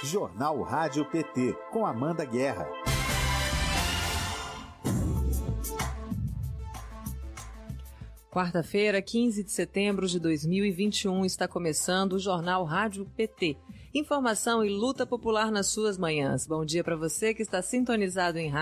Jornal Rádio PT, com Amanda Guerra. Quarta-feira, 15 de setembro de 2021, está começando o Jornal Rádio PT. Informação e luta popular nas suas manhãs. Bom dia para você que está sintonizado em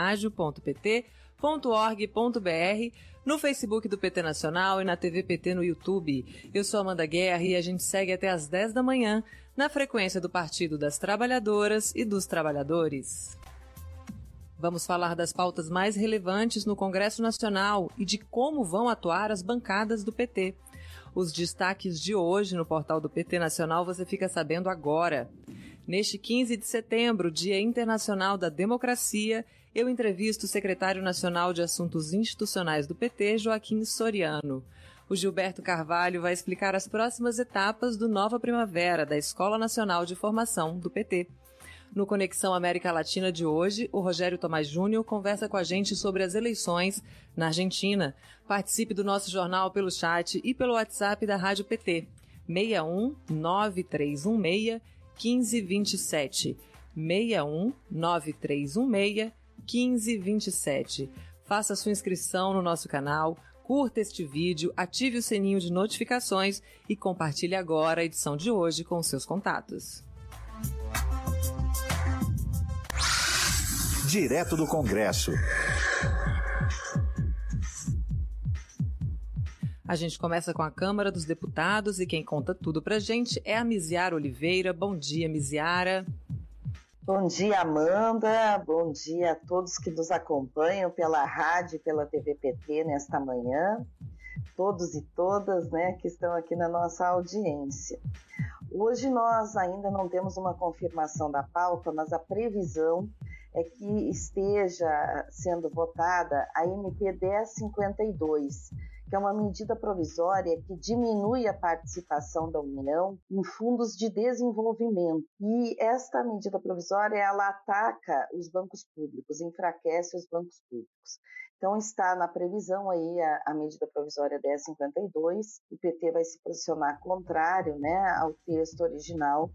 radio.pt.org.br, no Facebook do PT Nacional e na TV PT no YouTube. Eu sou Amanda Guerra e a gente segue até às 10 da manhã na frequência do Partido das Trabalhadoras e dos Trabalhadores. Vamos falar das pautas mais relevantes no Congresso Nacional e de como vão atuar as bancadas do PT. Os destaques de hoje no portal do PT Nacional você fica sabendo agora. Neste 15 de setembro, Dia Internacional da Democracia, eu entrevisto o secretário nacional de Assuntos Institucionais do PT, Joaquim Soriano. O Gilberto Carvalho vai explicar as próximas etapas do Nova Primavera da Escola Nacional de Formação do PT. No Conexão América Latina de hoje, o Rogério Tomás Júnior conversa com a gente sobre as eleições na Argentina. Participe do nosso jornal pelo chat e pelo WhatsApp da Rádio PT, 61 9316 1527. 61 9316 1527. Faça sua inscrição no nosso canal, curta este vídeo, ative o sininho de notificações e compartilhe agora a edição de hoje com seus contatos. Direto do Congresso. A gente começa com a Câmara dos Deputados e quem conta tudo pra gente é a Miziara Oliveira. Bom dia, Miziara. Bom dia, Amanda. Bom dia a todos que nos acompanham pela rádio e pela TV PT nesta manhã. Todos e todas, né, que estão aqui na nossa audiência. Hoje nós ainda não temos uma confirmação da pauta, mas a previsão é que esteja sendo votada a MP 1052, que é uma medida provisória que diminui a participação da União em fundos de desenvolvimento. E esta medida provisória, ela ataca os bancos públicos, enfraquece os bancos públicos. Então está na previsão aí a medida provisória 1052, o PT vai se posicionar contrário, né, ao texto original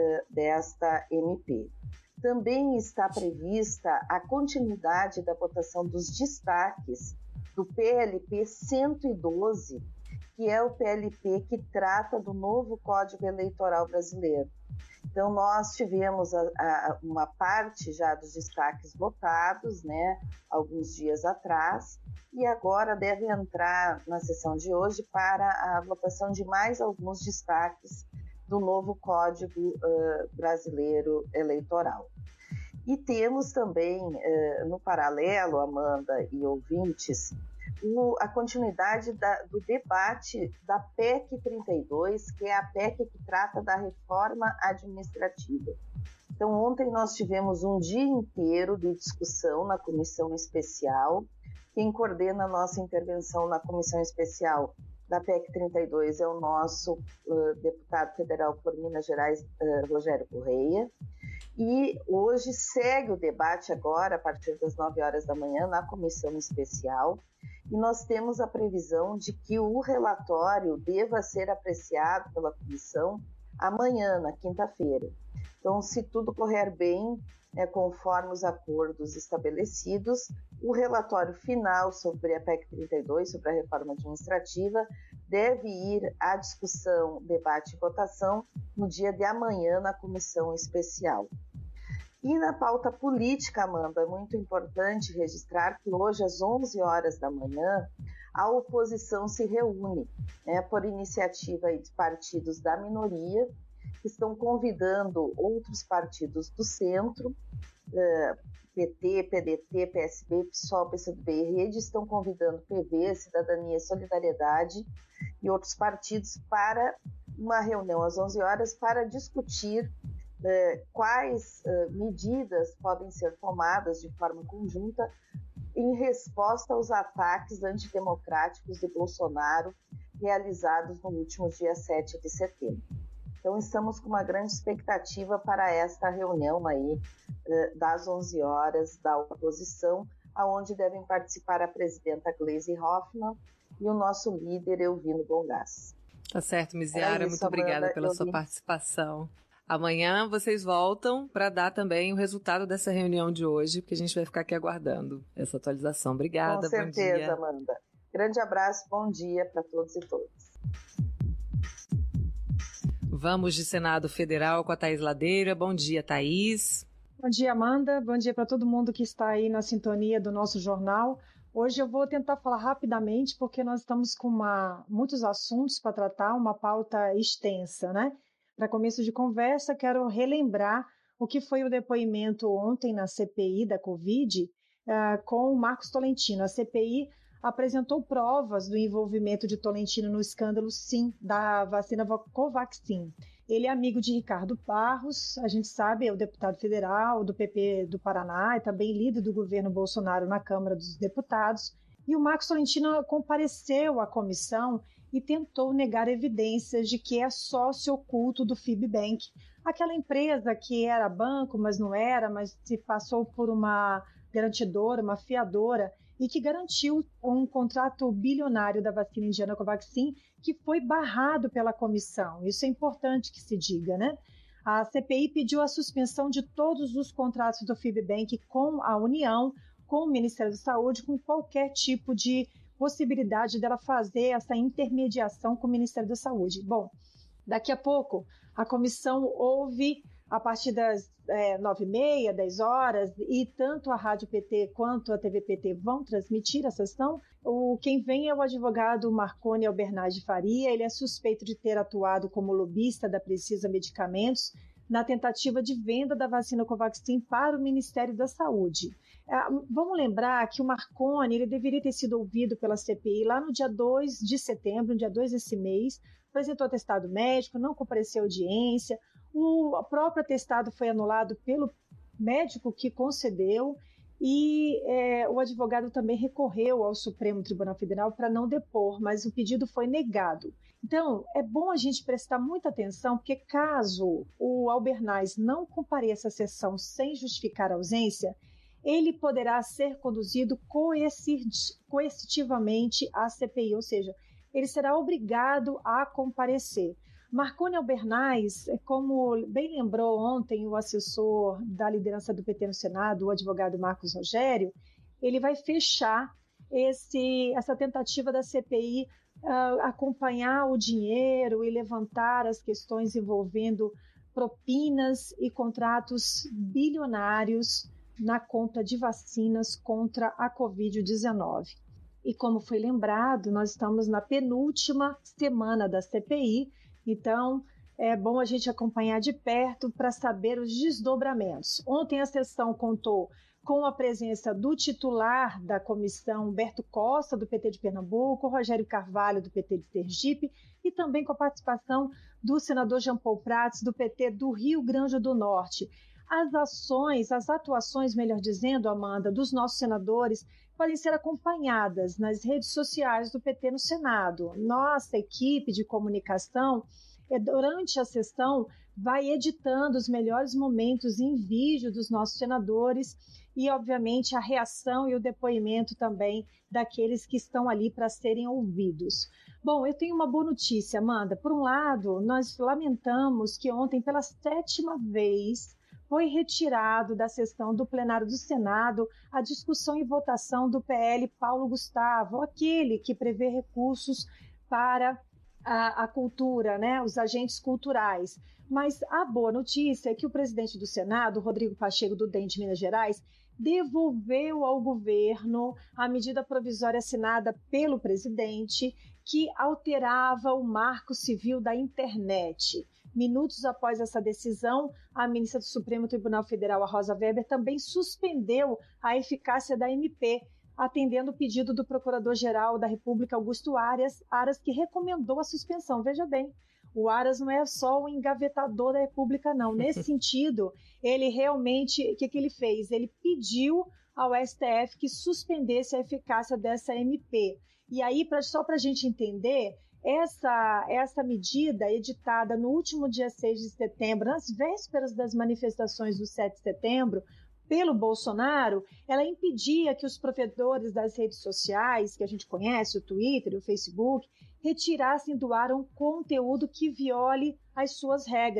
desta MP. Também está prevista a continuidade da votação dos destaques do PLP 112, que é o PLP que trata do novo Código Eleitoral brasileiro. Então, nós tivemos uma parte já dos destaques votados, né, alguns dias atrás, e agora deve entrar na sessão de hoje para a votação de mais alguns destaques do novo Código Brasileiro Eleitoral. E temos também, no paralelo, Amanda e ouvintes, a continuidade do debate da PEC 32, que é a PEC que trata da reforma administrativa. Então, ontem nós tivemos um dia inteiro de discussão na comissão especial. Quem coordena a nossa intervenção na comissão especial da PEC 32 é o nosso deputado federal por Minas Gerais, Rogério Correia. E hoje segue o debate agora, a partir das 9 horas da manhã, na comissão especial. E nós temos a previsão de que o relatório deva ser apreciado pela comissão amanhã, na quinta-feira. Então, se tudo correr bem, conforme os acordos estabelecidos, o relatório final sobre a PEC 32, sobre a reforma administrativa, deve ir à discussão, debate e votação no dia de amanhã na comissão especial. E na pauta política, Amanda, é muito importante registrar que hoje, às 11 horas da manhã, a oposição se reúne, por iniciativa de partidos da minoria, que estão convidando outros partidos do centro, PT, PDT, PSB, PSOL, PCdoB e Rede, estão convidando PV, Cidadania, Solidariedade e outros partidos para uma reunião às 11 horas para discutir quais medidas podem ser tomadas de forma conjunta em resposta aos ataques antidemocráticos de Bolsonaro realizados no último dia 7 de setembro. Então estamos com uma grande expectativa para esta reunião aí das 11 horas da oposição, aonde devem participar a presidenta Gleisi Hoffmann e o nosso líder Elvino Bongás. Tá certo, Miziara, muito obrigada pela sua participação. Amanhã vocês voltam para dar também o resultado dessa reunião de hoje, porque a gente vai ficar aqui aguardando essa atualização. Obrigada, Com certeza, bom dia. Amanda. Grande abraço, bom dia para todos e todas. Vamos de Senado Federal com a Thaís Ladeira. Bom dia, Thaís. Bom dia, Amanda. Bom dia para todo mundo que está aí na sintonia do nosso jornal. Hoje eu vou tentar falar rapidamente, porque nós estamos com muitos assuntos para tratar, uma pauta extensa, né? Para começo de conversa, quero relembrar o que foi o depoimento ontem na CPI da Covid com o Marcos Tolentino. A CPI apresentou provas do envolvimento de Tolentino no escândalo, sim, da vacina Covaxin. Ele é amigo de Ricardo Barros, a gente sabe, é o deputado federal do PP do Paraná e também líder do governo Bolsonaro na Câmara dos Deputados. E o Marcos Tolentino compareceu à comissão e tentou negar evidências de que é sócio oculto do Fibbank, aquela empresa que era banco, mas não era, mas se passou por uma garantidora, uma fiadora, e que garantiu um contrato bilionário da vacina indiana Covaxin, que foi barrado pela comissão. Isso é importante que se diga, né? A CPI pediu a suspensão de todos os contratos do Fibbank com a União, com o Ministério da Saúde, com qualquer tipo de possibilidade dela fazer essa intermediação com o Ministério da Saúde. Bom, daqui a pouco a comissão ouve, a partir das 9h30, 10 horas, e tanto a Rádio PT quanto a TV PT vão transmitir a sessão. Quem vem é o advogado Marconi Albernaz Faria. Ele é suspeito de ter atuado como lobista da Precisa Medicamentos na tentativa de venda da vacina Covaxin para o Ministério da Saúde. Vamos lembrar que o Marconi ele deveria ter sido ouvido pela CPI lá no dia 2 de setembro, no dia 2 desse mês, apresentou atestado médico, não compareceu à audiência. O próprio atestado foi anulado pelo médico que concedeu e o advogado também recorreu ao Supremo Tribunal Federal para não depor, mas o pedido foi negado. Então, é bom a gente prestar muita atenção, porque caso o Albernaz não compareça à sessão sem justificar a ausência, ele poderá ser conduzido coercitivamente à CPI, ou seja, ele será obrigado a comparecer. Marconi Albernaz, como bem lembrou ontem o assessor da liderança do PT no Senado, o advogado Marcos Rogério, ele vai fechar essa tentativa da CPI acompanhar o dinheiro e levantar as questões envolvendo propinas e contratos bilionários na compra de vacinas contra a Covid-19. E como foi lembrado, nós estamos na penúltima semana da CPI, então é bom a gente acompanhar de perto para saber os desdobramentos. Ontem a sessão contou com a presença do titular da comissão, Humberto Costa, do PT de Pernambuco, Rogério Carvalho, do PT de Sergipe, e também com a participação do senador Jean Paul Prats, do PT do Rio Grande do Norte. As atuações, melhor dizendo, Amanda, dos nossos senadores podem ser acompanhadas nas redes sociais do PT no Senado. Nossa equipe de comunicação, durante a sessão, vai editando os melhores momentos em vídeo dos nossos senadores e, obviamente, a reação e o depoimento também daqueles que estão ali para serem ouvidos. Bom, eu tenho uma boa notícia, Amanda. Por um lado, nós lamentamos que ontem, pela 7ª vez, foi retirado da sessão do plenário do Senado a discussão e votação do PL Paulo Gustavo, aquele que prevê recursos para a cultura, né, os agentes culturais. Mas a boa notícia é que o presidente do Senado, Rodrigo Pacheco, do DEM de Minas Gerais, devolveu ao governo a medida provisória assinada pelo presidente que alterava o marco civil da internet. Minutos após essa decisão, a ministra do Supremo Tribunal Federal, a Rosa Weber, também suspendeu a eficácia da MP, atendendo o pedido do Procurador-Geral da República, Augusto Aras, que recomendou a suspensão. Veja bem, o Aras não é só o engavetador da República, não. Nesse sentido, ele realmente, o que ele fez? Ele pediu ao STF que suspendesse a eficácia dessa MP. E aí, só para a gente entender, essa medida editada no último dia 6 de setembro, nas vésperas das manifestações do 7 de setembro, pelo Bolsonaro, ela impedia que os provedores das redes sociais, que a gente conhece, o Twitter, o Facebook, retirassem do ar um conteúdo que viole as suas regras,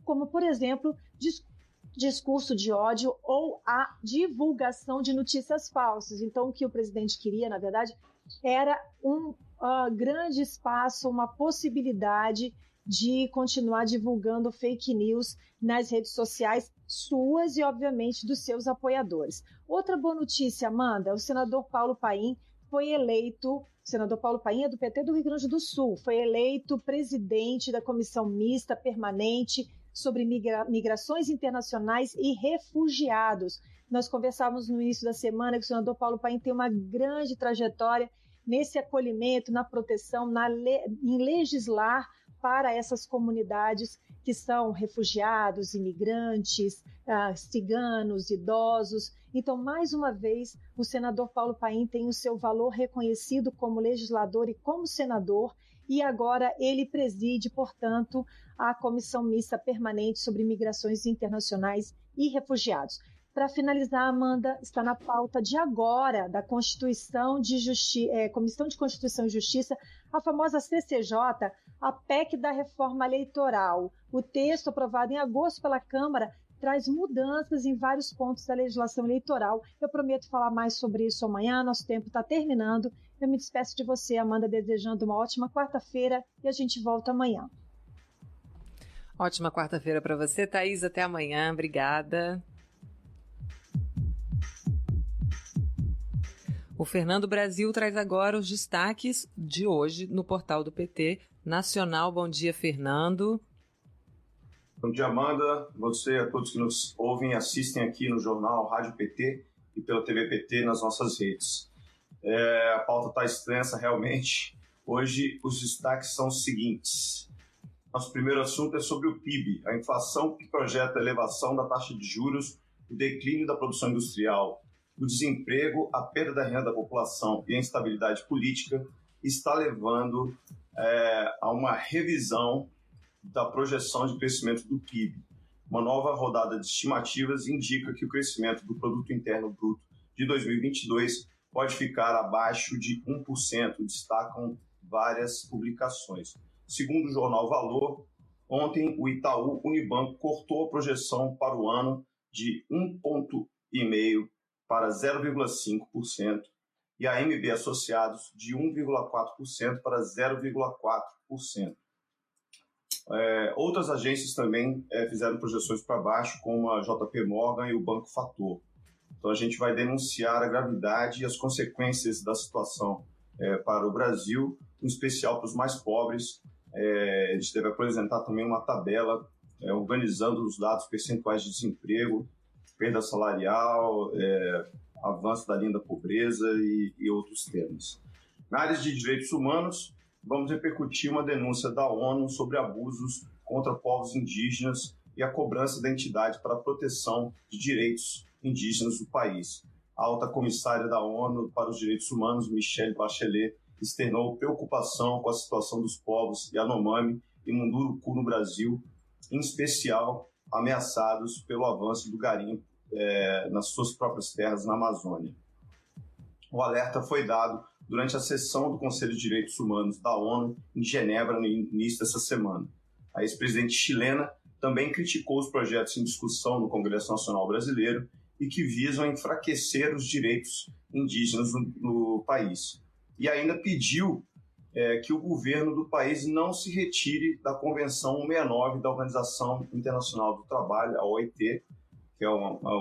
como, por exemplo, discurso de ódio ou a divulgação de notícias falsas. Então, o que o presidente queria, na verdade, era um grande espaço, uma possibilidade de continuar divulgando fake news nas redes sociais suas e, obviamente, dos seus apoiadores. Outra boa notícia, Amanda, o senador Paulo Paim foi eleito, o senador Paulo Paim é do PT do Rio Grande do Sul, foi eleito presidente da Comissão Mista Permanente sobre Migrações Internacionais e Refugiados. Nós conversávamos no início da semana que o senador Paulo Paim tem uma grande trajetória nesse acolhimento, na proteção, em legislar para essas comunidades que são refugiados, imigrantes, ciganos, idosos. Então, mais uma vez, o senador Paulo Paim tem o seu valor reconhecido como legislador e como senador, e agora ele preside, portanto, a Comissão Mista Permanente sobre Migrações Internacionais e Refugiados. Para finalizar, Amanda, está na pauta de agora da Comissão de Constituição e Justiça, a famosa CCJ, a PEC da Reforma Eleitoral. O texto, aprovado em agosto pela Câmara, traz mudanças em vários pontos da legislação eleitoral. Eu prometo falar mais sobre isso amanhã, nosso tempo está terminando. Eu me despeço de você, Amanda, desejando uma ótima quarta-feira e a gente volta amanhã. Ótima quarta-feira para você, Thaís. Até amanhã. Obrigada. O Fernando Brasil traz agora os destaques de hoje no portal do PT Nacional. Bom dia, Fernando. Bom dia, Amanda. Você, a todos que nos ouvem e assistem aqui no jornal Rádio PT e pela TV PT nas nossas redes. A pauta está extensa, realmente. Hoje, os destaques são os seguintes. Nosso primeiro assunto é sobre o PIB, a inflação que projeta a elevação da taxa de juros, o declínio da produção industrial, o desemprego, a perda da renda da população e a instabilidade política está levando a uma revisão da projeção de crescimento do PIB. Uma nova rodada de estimativas indica que o crescimento do Produto Interno Bruto de 2022 pode ficar abaixo de 1%, destacam várias publicações. Segundo o jornal Valor, ontem o Itaú Unibanco cortou a projeção para o ano de 1,5% para 0,5% e a MB Associados de 1,4% para 0,4%. Outras agências também fizeram projeções para baixo, como a JP Morgan e o Banco Fator. Então a gente vai denunciar a gravidade e as consequências da situação para o Brasil, em especial para os mais pobres. A gente deve apresentar também uma tabela organizando os dados percentuais de desemprego, perda salarial, avanço da linha da pobreza e outros temas. Na área de direitos humanos, vamos repercutir uma denúncia da ONU sobre abusos contra povos indígenas e a cobrança da entidade para a proteção de direitos indígenas do país. A alta comissária da ONU para os Direitos Humanos, Michelle Bachelet, externou preocupação com a situação dos povos Yanomami e Munduruku no Brasil, em especial ameaçados pelo avanço do garimpo nas suas próprias terras na Amazônia. O alerta foi dado durante a sessão do Conselho de Direitos Humanos da ONU em Genebra no início dessa semana. A ex-presidente chilena também criticou os projetos em discussão no Congresso Nacional Brasileiro e que visam enfraquecer os direitos indígenas no país. E ainda pediu que o governo do país não se retire da Convenção 169 da Organização Internacional do Trabalho, a OIT, que é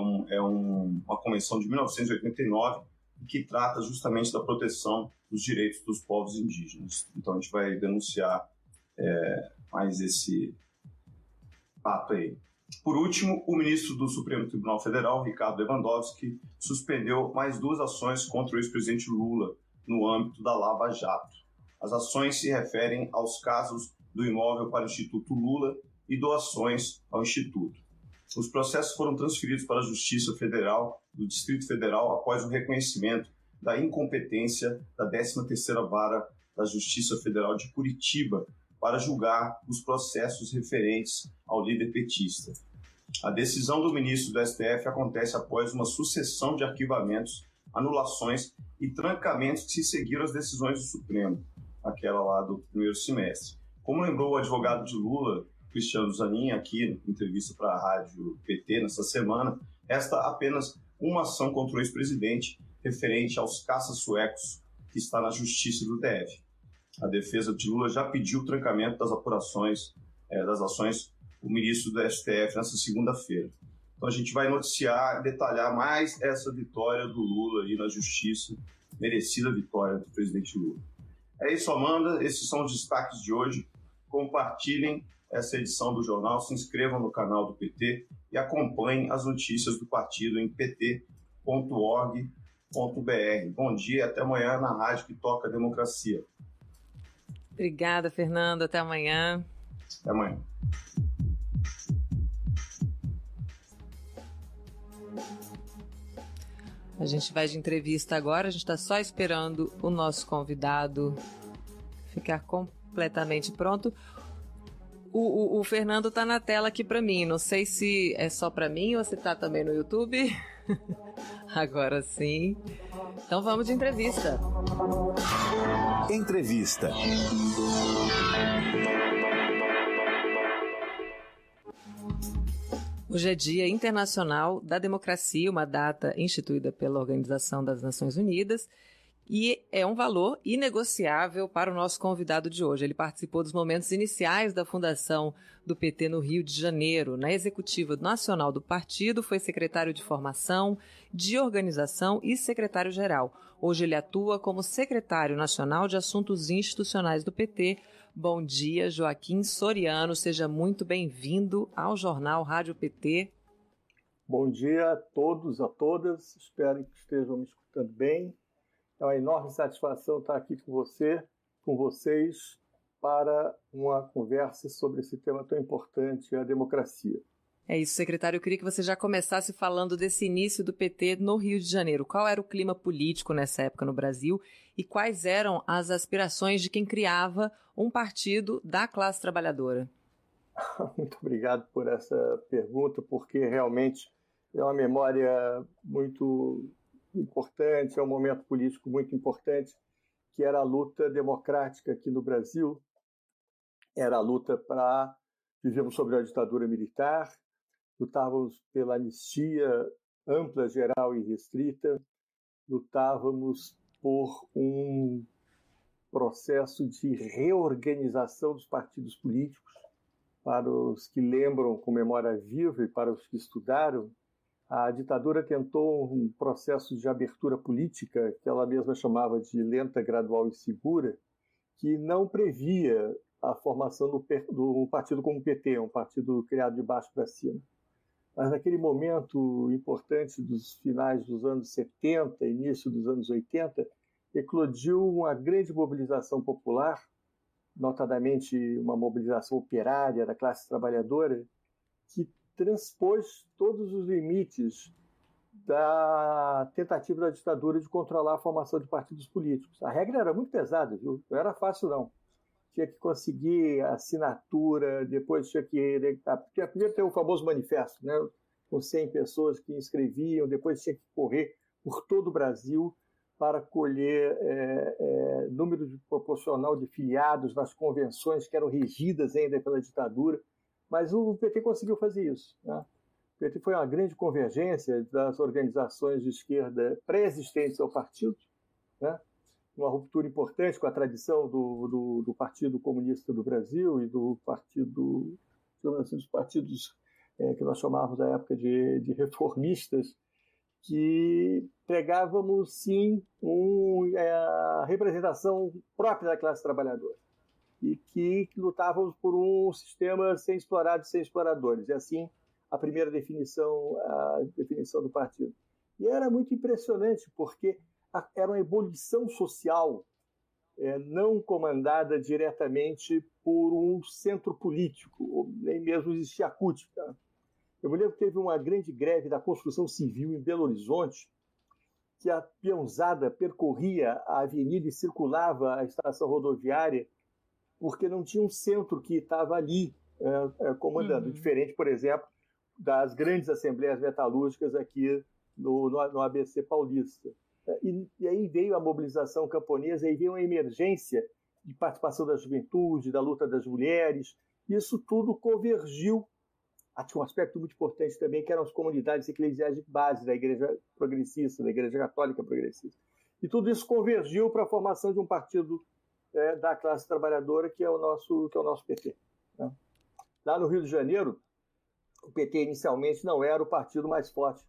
uma convenção de 1989, que trata justamente da proteção dos direitos dos povos indígenas. Então a gente vai denunciar mais esse fato aí. Por último, o ministro do Supremo Tribunal Federal, Ricardo Lewandowski, suspendeu mais 2 ações contra o ex-presidente Lula no âmbito da Lava Jato. As ações se referem aos casos do imóvel para o Instituto Lula e doações ao Instituto. Os processos foram transferidos para a Justiça Federal do Distrito Federal após o reconhecimento da incompetência da 13ª Vara da Justiça Federal de Curitiba para julgar os processos referentes ao líder petista. A decisão do ministro do STF acontece após uma sucessão de arquivamentos, anulações e trancamentos que se seguiram às decisões do Supremo, aquela lá do primeiro semestre. Como lembrou o advogado de Lula Cristiano Zanin, aqui em entrevista para a Rádio PT nessa semana, resta apenas uma ação contra o ex-presidente referente aos caças suecos que está na justiça do DF. A defesa de Lula já pediu o trancamento das apurações das ações do ministro do STF nessa segunda-feira. Então a gente vai noticiar, detalhar mais essa vitória do Lula aí na justiça, merecida vitória do presidente Lula. É isso, Amanda, esses são os destaques de hoje. Compartilhem essa edição do jornal, se inscrevam no canal do PT e acompanhem as notícias do partido em pt.org.br. Bom dia, até amanhã na Rádio que Toca a Democracia. Obrigada, Fernando. Até amanhã. Até amanhã. A gente vai de entrevista agora, a gente está só esperando o nosso convidado ficar completamente pronto. O Fernando está na tela aqui para mim, não sei se é só para mim ou se está também no YouTube. Agora sim. Então vamos de entrevista. Entrevista. Hoje é Dia Internacional da Democracia, uma data instituída pela Organização das Nações Unidas, e é um valor inegociável para o nosso convidado de hoje. Ele participou dos momentos iniciais da fundação do PT no Rio de Janeiro. Na executiva nacional do partido, foi secretário de formação, de organização e secretário-geral. Hoje ele atua como secretário nacional de assuntos institucionais do PT. Bom dia, Joaquim Soriano. Seja muito bem-vindo ao Jornal Rádio PT. Bom dia a todos, a todas. Espero que estejam me escutando bem. É uma enorme satisfação estar aqui com vocês, para uma conversa sobre esse tema tão importante, a democracia. É isso, secretário. Eu queria que você já começasse falando desse início do PT no Rio de Janeiro. Qual era o clima político nessa época no Brasil e quais eram as aspirações de quem criava um partido da classe trabalhadora? Muito obrigado por essa pergunta, porque realmente é uma memória muito importante, é um momento político muito importante, que era a luta democrática aqui no Brasil. Era a luta para... Vivíamos sob a ditadura militar, lutávamos pela anistia ampla, geral e restrita, lutávamos por um processo de reorganização dos partidos políticos. Para os que lembram com memória viva e para os que estudaram, a ditadura tentou um processo de abertura política, que ela mesma chamava de lenta, gradual e segura, que não previa a formação de um partido como o PT, um partido criado de baixo para cima. Mas naquele momento importante dos finais dos anos 70, início dos anos 80, eclodiu uma grande mobilização popular, notadamente uma mobilização operária da classe trabalhadora, que transpôs todos os limites da tentativa da ditadura de controlar a formação de partidos políticos. A regra era muito pesada, viu? Não era fácil, não. Tinha que conseguir assinatura, depois tinha que primeiro ter o famoso manifesto, né, com 100 pessoas que inscreviam, depois tinha que correr por todo o Brasil para colher número proporcional de filiados nas convenções que eram regidas ainda pela ditadura. Mas o PT conseguiu fazer isso, né? O PT foi uma grande convergência das organizações de esquerda pré-existentes ao partido, né? Uma ruptura importante com a tradição do Partido Comunista do Brasil e do partido, dos partidos que nós chamávamos na época de reformistas, que pregávamos, sim, a representação própria da classe trabalhadora e que lutávamos por um sistema sem explorados e sem exploradores. E assim, a primeira definição, a definição do partido. E era muito impressionante, porque era uma ebulição social não comandada diretamente por um centro político, nem mesmo existia a CUT. Eu me lembro que teve uma grande greve da construção civil em Belo Horizonte, que a peãozada percorria a avenida e circulava a estação rodoviária, porque não tinha um centro que estava ali comandando, diferente, por exemplo, das grandes assembleias metalúrgicas aqui no ABC paulista. E aí veio a mobilização camponesa, aí veio uma emergência de participação da juventude, da luta das mulheres, Isso tudo convergiu. Tinha um aspecto muito importante também, que eram as comunidades eclesiais de base da Igreja Progressista, da Igreja Católica Progressista. E tudo isso convergiu para a formação de um partido da classe trabalhadora, que é o nosso PT. Né? Lá no Rio de Janeiro, o PT inicialmente não era o partido mais forte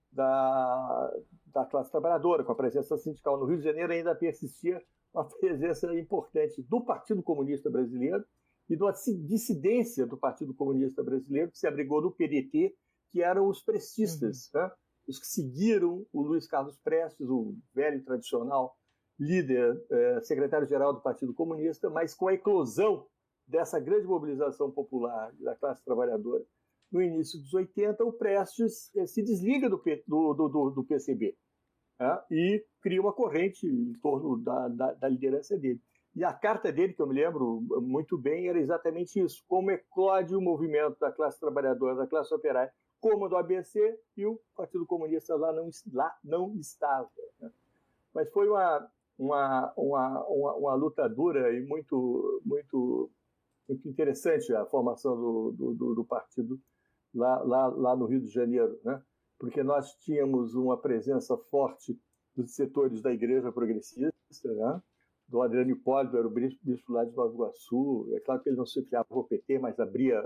da classe trabalhadora, com a presença sindical. No Rio de Janeiro ainda persistia uma presença importante do Partido Comunista Brasileiro e da dissidência do Partido Comunista Brasileiro, que se abrigou no PDT, que eram os prestistas, né? Os que seguiram o Luiz Carlos Prestes, o velho e tradicional líder, secretário-geral do Partido Comunista, mas com a eclosão dessa grande mobilização popular da classe trabalhadora no início dos 80, o Prestes se desliga do PCB, né? E cria uma corrente em torno da liderança dele. E a carta dele, que eu me lembro muito bem, era exatamente isso: como eclode o movimento da classe trabalhadora, da classe operária, como do ABC, e o Partido Comunista lá não estava. Né? Mas foi uma luta dura e muito interessante a formação do partido lá no Rio de Janeiro, né? Porque nós tínhamos uma presença forte dos setores da Igreja Progressista, né? Do Adriano Hipólito, era o bispo lá de Nova Iguaçu. É claro que ele não se filiava ao PT, mas abria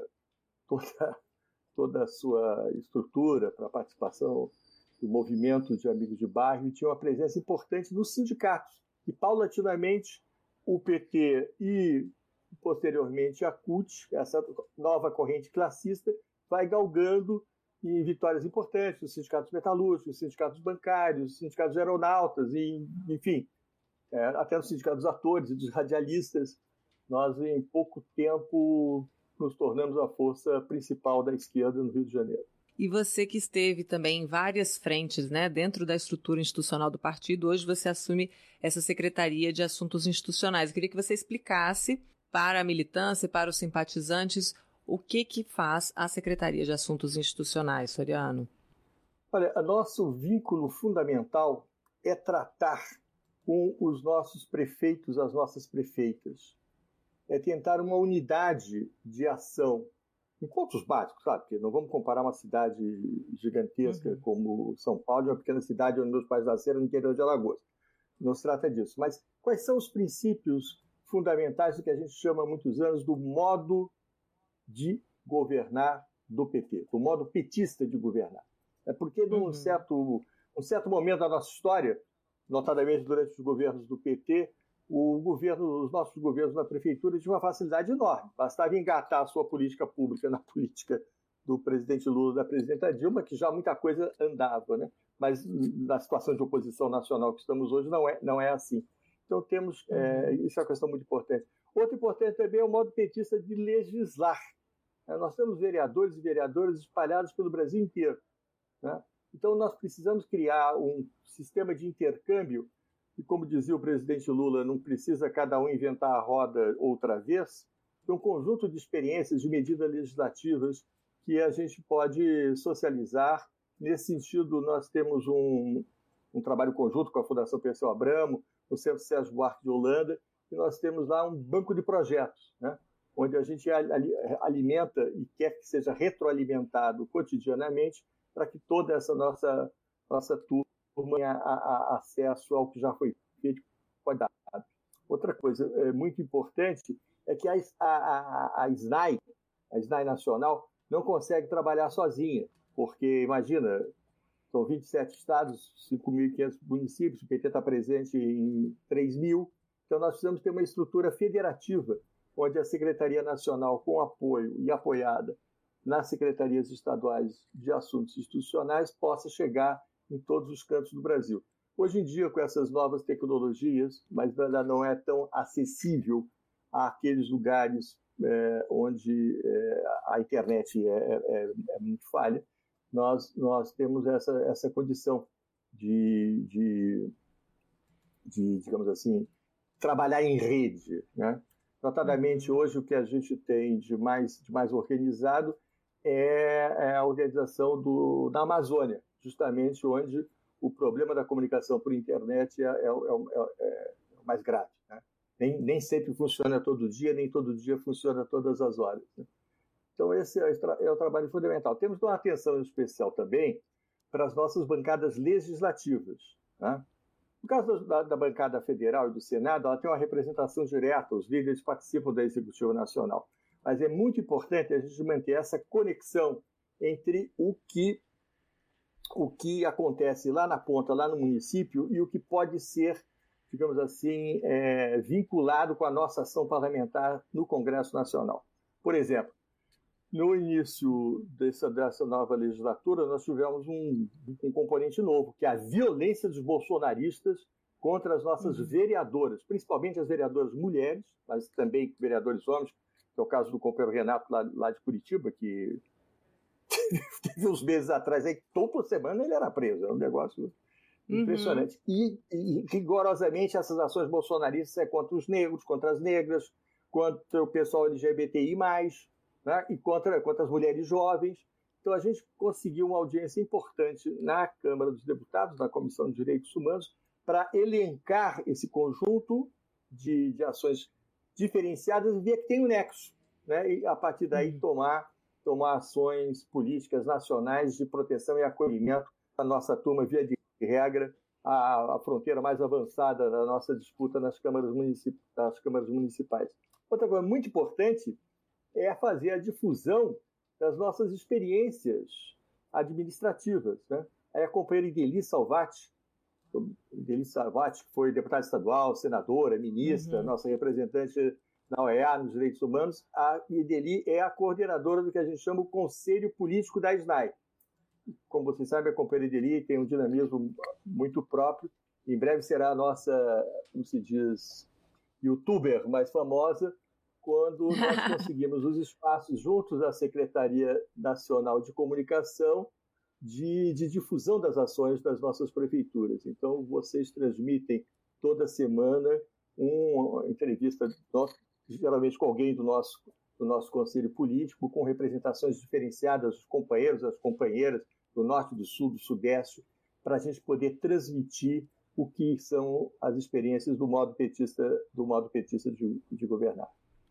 toda a sua estrutura para a participação do movimento de amigos de bairro, e tinha uma presença importante nos sindicatos. E, paulatinamente, o PT e, posteriormente, a CUT, essa nova corrente classista, vai galgando em vitórias importantes, os sindicatos metalúrgicos, os sindicatos bancários, os sindicatos de aeronautas, e, enfim, até nos sindicatos dos atores e dos radialistas. Nós, em pouco tempo, nos tornamos a força principal da esquerda no Rio de Janeiro. E você que esteve também em várias frentes, né, dentro da estrutura institucional do partido, hoje você assume essa Secretaria de Assuntos Institucionais. Eu queria que você explicasse para a militância e para os simpatizantes o que faz a Secretaria de Assuntos Institucionais, Soriano. Olha, nosso vínculo fundamental é tratar com os nossos prefeitos, as nossas prefeitas. É tentar uma unidade de ação em pontos básicos, sabe? Porque não vamos comparar uma cidade gigantesca como São Paulo e uma pequena cidade onde meus pais nasceram, no interior de Alagoas. Não se trata disso. Mas quais são os princípios fundamentais do que a gente chama há muitos anos do modo de governar do PT, do modo petista de governar? É porque num certo momento da nossa história, notadamente durante os governos do PT, os nossos governos na prefeitura tinham uma facilidade enorme. Bastava engatar a sua política pública na política do presidente Lula e da presidenta Dilma, que já muita coisa andava, né? Mas na situação de oposição nacional que estamos hoje não é assim. Então temos, isso é uma questão muito importante. Outro importante também é o modo petista de legislar. Nós temos vereadores e vereadoras espalhados pelo Brasil inteiro, né? Então nós precisamos criar um sistema de intercâmbio. E como dizia o presidente Lula, não precisa cada um inventar a roda outra vez. Tem um conjunto de experiências, de medidas legislativas que a gente pode socializar. Nesse sentido, nós temos um trabalho conjunto com a Fundação Perseu Abramo, o Centro Sérgio Buarque de Holanda, e nós temos lá um banco de projetos, né? Onde a gente alimenta e quer que seja retroalimentado cotidianamente para que toda essa nossa turma tenha acesso ao que já foi feito, pode dar. Outra coisa muito importante é que a SNAI Nacional, não consegue trabalhar sozinha, porque, imagina, são 27 estados, 5.500 municípios, o PT está presente em 3.000, então nós precisamos ter uma estrutura federativa, onde a Secretaria Nacional, com apoio e apoiada nas secretarias estaduais de assuntos institucionais, possa chegar em todos os cantos do Brasil. Hoje em dia, com essas novas tecnologias, mas ainda não é tão acessível àqueles lugares onde a internet é muito falha, nós temos essa condição de, digamos assim, trabalhar em rede, né? Notadamente, hoje, o que a gente tem de mais organizado é a organização da Amazônia, justamente onde o problema da comunicação por internet é o mais grave, né? Nem sempre funciona todo dia, nem todo dia funciona todas as horas, né? Então, esse é o trabalho fundamental. Temos uma atenção especial também para as nossas bancadas legislativas, né? No caso da bancada federal e do Senado, ela tem uma representação direta, os líderes participam da Executiva Nacional. Mas é muito importante a gente manter essa conexão entre o que acontece lá na ponta, lá no município, e o que pode ser, digamos assim, vinculado com a nossa ação parlamentar no Congresso Nacional. Por exemplo, no início dessa nova legislatura, nós tivemos um componente novo, que é a violência dos bolsonaristas contra as nossas vereadoras, principalmente as vereadoras mulheres, mas também vereadores homens, que é o caso do companheiro Renato, lá de Curitiba, que teve uns meses atrás, aí, toda semana ele era preso. É um negócio impressionante. E rigorosamente, essas ações bolsonaristas é contra os negros, contra as negras, contra o pessoal LGBTI+, né, e contra as mulheres jovens. Então, a gente conseguiu uma audiência importante na Câmara dos Deputados, na Comissão de Direitos Humanos, para elencar esse conjunto de ações diferenciadas e ver que tem um nexo, né, e, a partir daí, tomar ações políticas nacionais de proteção e acolhimento. A nossa turma, via de regra, a fronteira mais avançada da nossa disputa nas câmaras municipais. Outra coisa muito importante é fazer a difusão das nossas experiências administrativas, né? Aí a companheira Ideli Salvati, que foi deputada estadual, senadora, ministra, nossa representante na OEA, nos Direitos Humanos, a Ideli é a coordenadora do que a gente chama o Conselho Político da SNAI. Como vocês sabem, a companheira Ideli tem um dinamismo muito próprio. Em breve será a nossa, como se diz, youtuber mais famosa, quando nós conseguimos os espaços juntos à Secretaria Nacional de Comunicação de difusão das ações das nossas prefeituras. Então, vocês transmitem toda semana uma entrevista, geralmente com alguém do nosso conselho político, com representações diferenciadas dos companheiros, das companheiras do norte, do sul, do sudeste, para a gente poder transmitir o que são as experiências do modo petista de governar.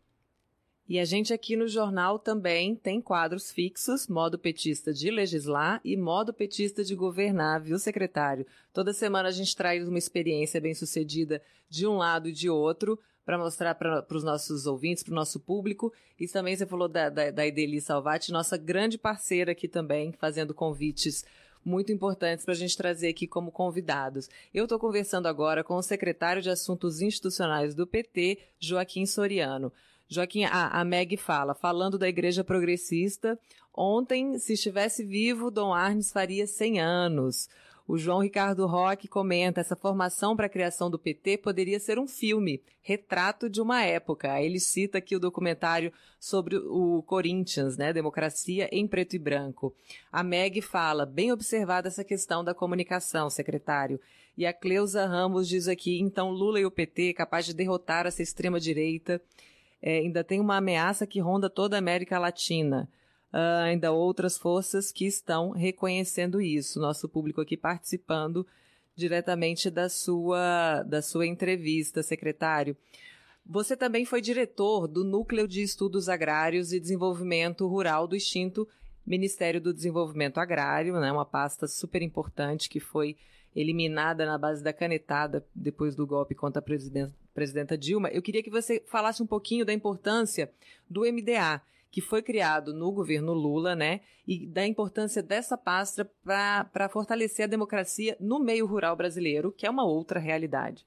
E a gente aqui no jornal também tem quadros fixos, modo petista de legislar e modo petista de governar, viu, secretário? Toda semana a gente traz uma experiência bem-sucedida de um lado e de outro para mostrar para os nossos ouvintes, para o nosso público. E também você falou da Ideli Salvati, nossa grande parceira aqui também, fazendo convites muito importantes para a gente trazer aqui como convidados. Eu estou conversando agora com o secretário de Assuntos Institucionais do PT, Joaquim Soriano. Joaquim, a Meg falando da Igreja Progressista, ontem, se estivesse vivo, Dom Arnes faria 100 anos. O João Ricardo Roque comenta, essa formação para a criação do PT poderia ser um filme, retrato de uma época. Ele cita aqui o documentário sobre o Corinthians, né, Democracia em Preto e Branco. A Meg fala, bem observada essa questão da comunicação, secretário. E a Cleusa Ramos diz aqui, então Lula e o PT capaz de derrotar essa extrema-direita. Ainda tem uma ameaça que ronda toda a América Latina. Ainda outras forças que estão reconhecendo isso. Nosso público aqui participando diretamente da sua entrevista, secretário. Você também foi diretor do Núcleo de Estudos Agrários e Desenvolvimento Rural do extinto Ministério do Desenvolvimento Agrário, né, uma pasta super importante que foi eliminada na base da canetada depois do golpe contra a presidenta Dilma. Eu queria que você falasse um pouquinho da importância do MDA, que foi criado no governo Lula, né, e da importância dessa pasta para fortalecer a democracia no meio rural brasileiro, que é uma outra realidade.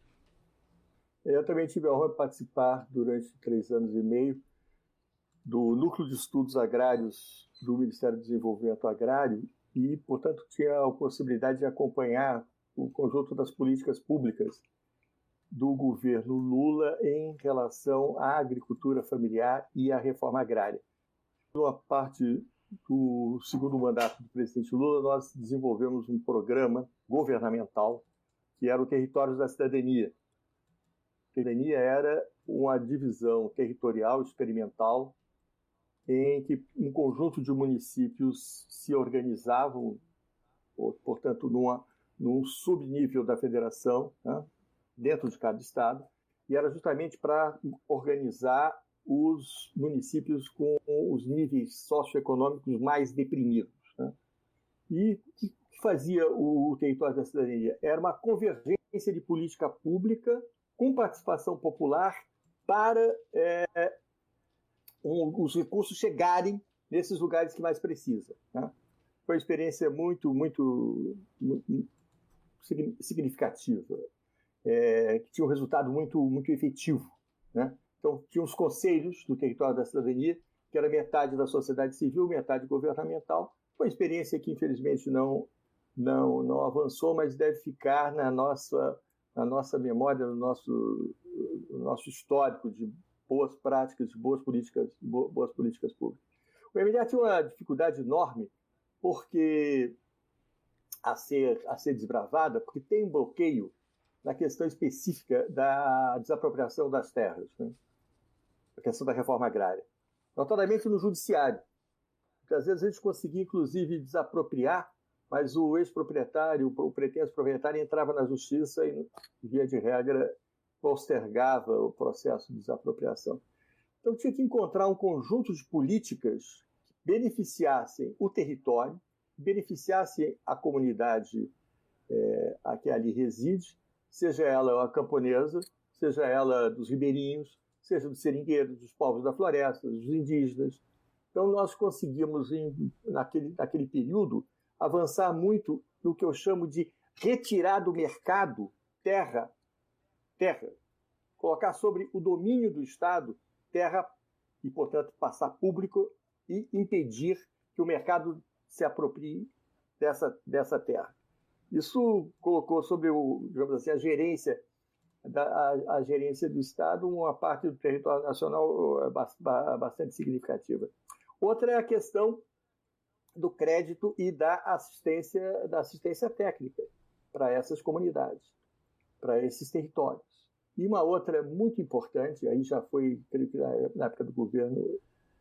Eu também tive a honra de participar durante 3 anos e meio do Núcleo de Estudos Agrários do Ministério do Desenvolvimento Agrário e, portanto, tinha a possibilidade de acompanhar o conjunto das políticas públicas do governo Lula em relação à agricultura familiar e à reforma agrária. Na parte do segundo mandato do presidente Lula, nós desenvolvemos um programa governamental que era o Territórios da Cidadania. A cidadania era uma divisão territorial experimental em que um conjunto de municípios se organizavam, portanto, num subnível da federação, né, dentro de cada estado, e era justamente para organizar os municípios com os níveis socioeconômicos mais deprimidos, né? E o que fazia o Território da Cidadania? Era uma convergência de política pública com participação popular para os recursos chegarem nesses lugares que mais precisam, né? Foi uma experiência muito significativa, que tinha um resultado muito efetivo, né? Então, tinha os conselhos do Território da Cidadania, que era metade da sociedade civil, metade governamental. Foi uma experiência que, infelizmente, não avançou, mas deve ficar na nossa memória, no nosso histórico de boas práticas, de boas políticas públicas. O MDA tinha uma dificuldade enorme porque a ser desbravada, porque tem um bloqueio na questão específica da desapropriação das terras, né? A questão da reforma agrária. Notadamente no judiciário, porque às vezes a gente conseguia, inclusive, desapropriar, mas o ex-proprietário, o pretenso proprietário, entrava na justiça e, via de regra, postergava o processo de desapropriação. Então tinha que encontrar um conjunto de políticas que beneficiassem o território, beneficiassem a comunidade a que ali reside, seja ela a camponesa, seja ela dos ribeirinhos, seja dos seringueiros, dos povos da floresta, dos indígenas. Então nós conseguimos, naquele período, avançar muito no que eu chamo de retirar do mercado terra, colocar sobre o domínio do Estado terra e, portanto, passar público e impedir que o mercado se aproprie dessa terra. Isso colocou sobre digamos assim, a gerência do Estado uma parte do território nacional bastante significativa. Outra é a questão do crédito e da assistência técnica para essas comunidades, para esses territórios. E uma outra muito importante, aí já foi, creio que na época do governo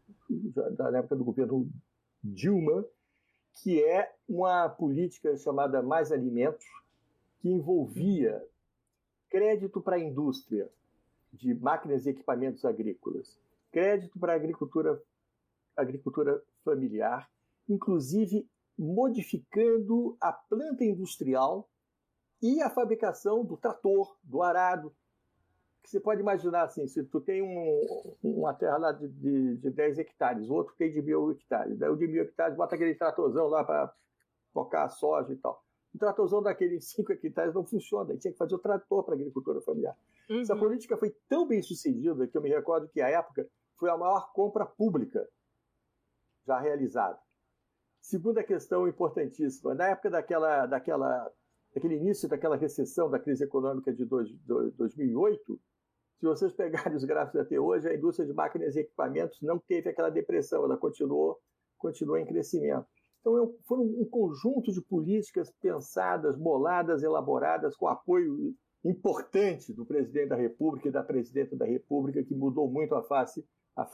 Dilma, que é uma política chamada Mais Alimentos, que envolvia crédito para a indústria de máquinas e equipamentos agrícolas, crédito para a agricultura familiar, inclusive modificando a planta industrial e a fabricação do trator, do arado. Que você pode imaginar assim, se tu tem uma terra lá de 10 hectares, o outro tem de 1.000 hectares. Daí o de 1.000 hectares bota aquele tratorzão lá para focar a soja e tal. O tratorzão daqueles 5 hectares não funciona, aí tinha que fazer o trator para a agricultura familiar. Uhum. Essa política foi tão bem sucedida que eu me recordo que, à época, foi a maior compra pública já realizada. Segunda questão importantíssima, na época daquele início daquela recessão da crise econômica de 2008, se vocês pegarem os gráficos até hoje, a indústria de máquinas e equipamentos não teve aquela depressão, ela continuou em crescimento. Então, foram um conjunto de políticas pensadas, boladas, elaboradas, com apoio importante do presidente da República e da presidenta da República, que mudou muito a face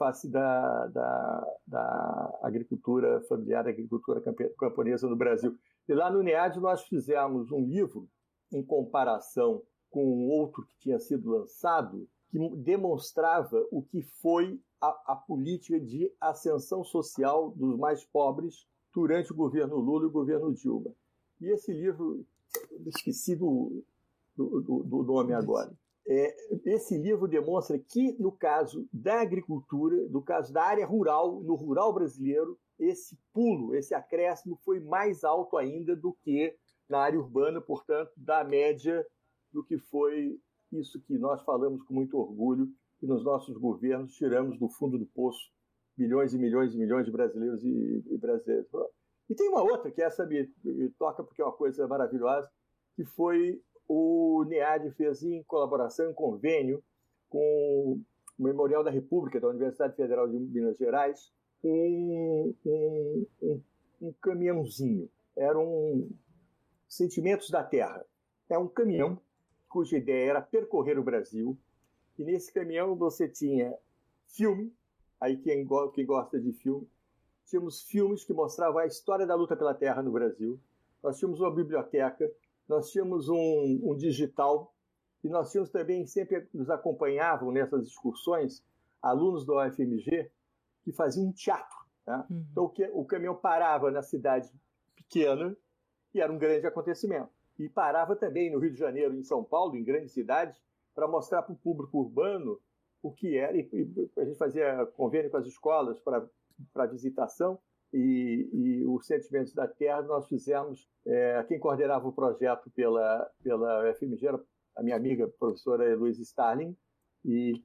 da agricultura familiar, da agricultura camponesa no Brasil. E lá no NEAD nós fizemos um livro em comparação com outro que tinha sido lançado, que demonstrava o que foi a política de ascensão social dos mais pobres durante o governo Lula e o governo Dilma. E esse livro, esqueci do nome agora, esse livro demonstra que, no caso da agricultura, no caso da área rural, no rural brasileiro, esse pulo, esse acréscimo foi mais alto ainda do que na área urbana, portanto, da média do que foi isso que nós falamos com muito orgulho e nos nossos governos tiramos do fundo do poço milhões e milhões e milhões de brasileiros e brasileiras. E tem uma outra, que essa me toca porque é uma coisa maravilhosa, que foi o NEAD fez em colaboração, em convênio com o Memorial da República da Universidade Federal de Minas Gerais, um caminhãozinho. Eram Sentimentos da Terra. É um caminhão cuja ideia era percorrer o Brasil, e nesse caminhão você tinha filme, aí quem gosta de filme, tínhamos filmes que mostravam a história da luta pela terra no Brasil, nós tínhamos uma biblioteca, nós tínhamos um digital E nós tínhamos também, sempre nos acompanhavam nessas excursões, alunos da UFMG que faziam um teatro. Né? Então o caminhão parava na cidade pequena e era um grande acontecimento. E parava também no Rio de Janeiro, em São Paulo, em grandes cidades, para mostrar para o público urbano o que era. E a gente fazia convênio com as escolas para visitação. E os Sentimentos da Terra nós fizemos. Quem coordenava o projeto pela UFMG era a minha amiga, a professora Heloísa Starling, e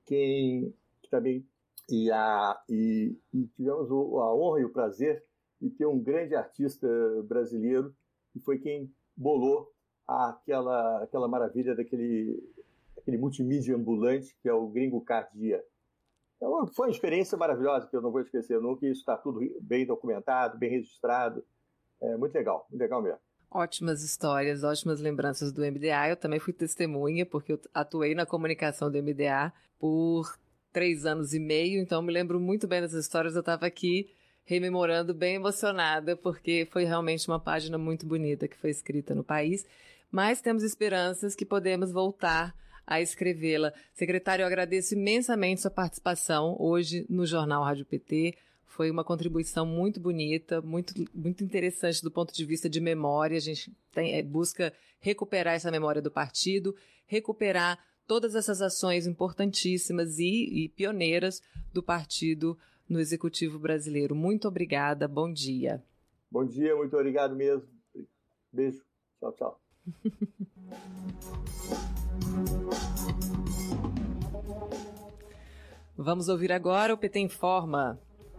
tivemos a honra e o prazer de ter um grande artista brasileiro, que foi quem bolou aquela maravilha daquele multimídia ambulante, que é o Gringo Cardia. Então, foi uma experiência maravilhosa, que eu não vou esquecer nunca, e isso está tudo bem documentado, bem registrado. Muito legal mesmo. Ótimas histórias, ótimas lembranças do MDA. Eu também fui testemunha, porque eu atuei na comunicação do MDA por 3 anos e meio, então me lembro muito bem dessas histórias. Eu estava aqui rememorando, bem emocionada, porque foi realmente uma página muito bonita que foi escrita no país, mas temos esperanças que podemos voltar a escrevê-la. Secretário, eu agradeço imensamente sua participação hoje no Jornal Rádio PT. Foi uma contribuição muito bonita, muito, muito interessante do ponto de vista de memória. A gente busca recuperar essa memória do partido, recuperar todas essas ações importantíssimas e pioneiras do partido no Executivo brasileiro. Muito obrigada, bom dia. Bom dia, muito obrigado mesmo. Beijo, tchau, tchau. Vamos ouvir agora o PT Informa.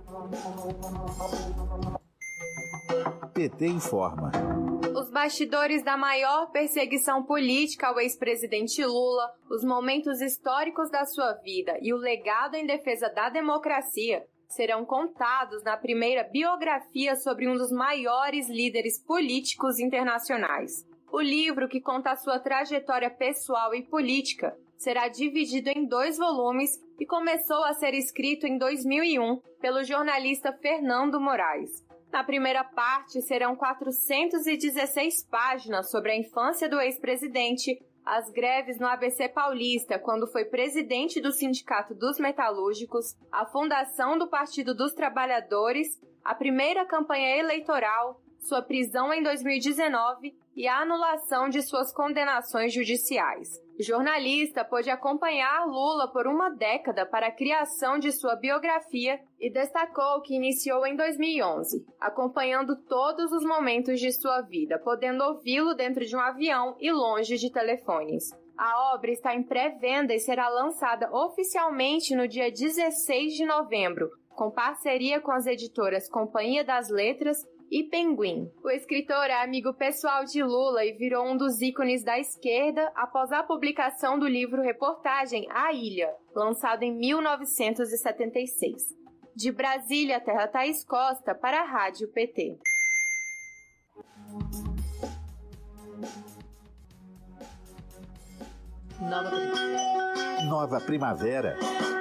PT Informa. Os bastidores da maior perseguição política ao ex-presidente Lula, os momentos históricos da sua vida e o legado em defesa da democracia serão contados na primeira biografia sobre um dos maiores líderes políticos internacionais. O livro, que conta a sua trajetória pessoal e política, será dividido em 2 volumes e começou a ser escrito em 2001 pelo jornalista Fernando Moraes. Na primeira parte, serão 416 páginas sobre a infância do ex-presidente, as greves no ABC Paulista, quando foi presidente do Sindicato dos Metalúrgicos, a fundação do Partido dos Trabalhadores, a primeira campanha eleitoral, sua prisão em 2019 e a anulação de suas condenações judiciais. O jornalista pôde acompanhar Lula por 1 década para a criação de sua biografia e destacou que iniciou em 2011, acompanhando todos os momentos de sua vida, podendo ouvi-lo dentro de um avião e longe de telefones. A obra está em pré-venda e será lançada oficialmente no dia 16 de novembro, com parceria com as editoras Companhia das Letras e Pinguim. O escritor é amigo pessoal de Lula e virou um dos ícones da esquerda após a publicação do livro reportagem A Ilha, lançado em 1976. De Brasília, Terra Thaís Costa, para a Rádio PT. Nova Primavera.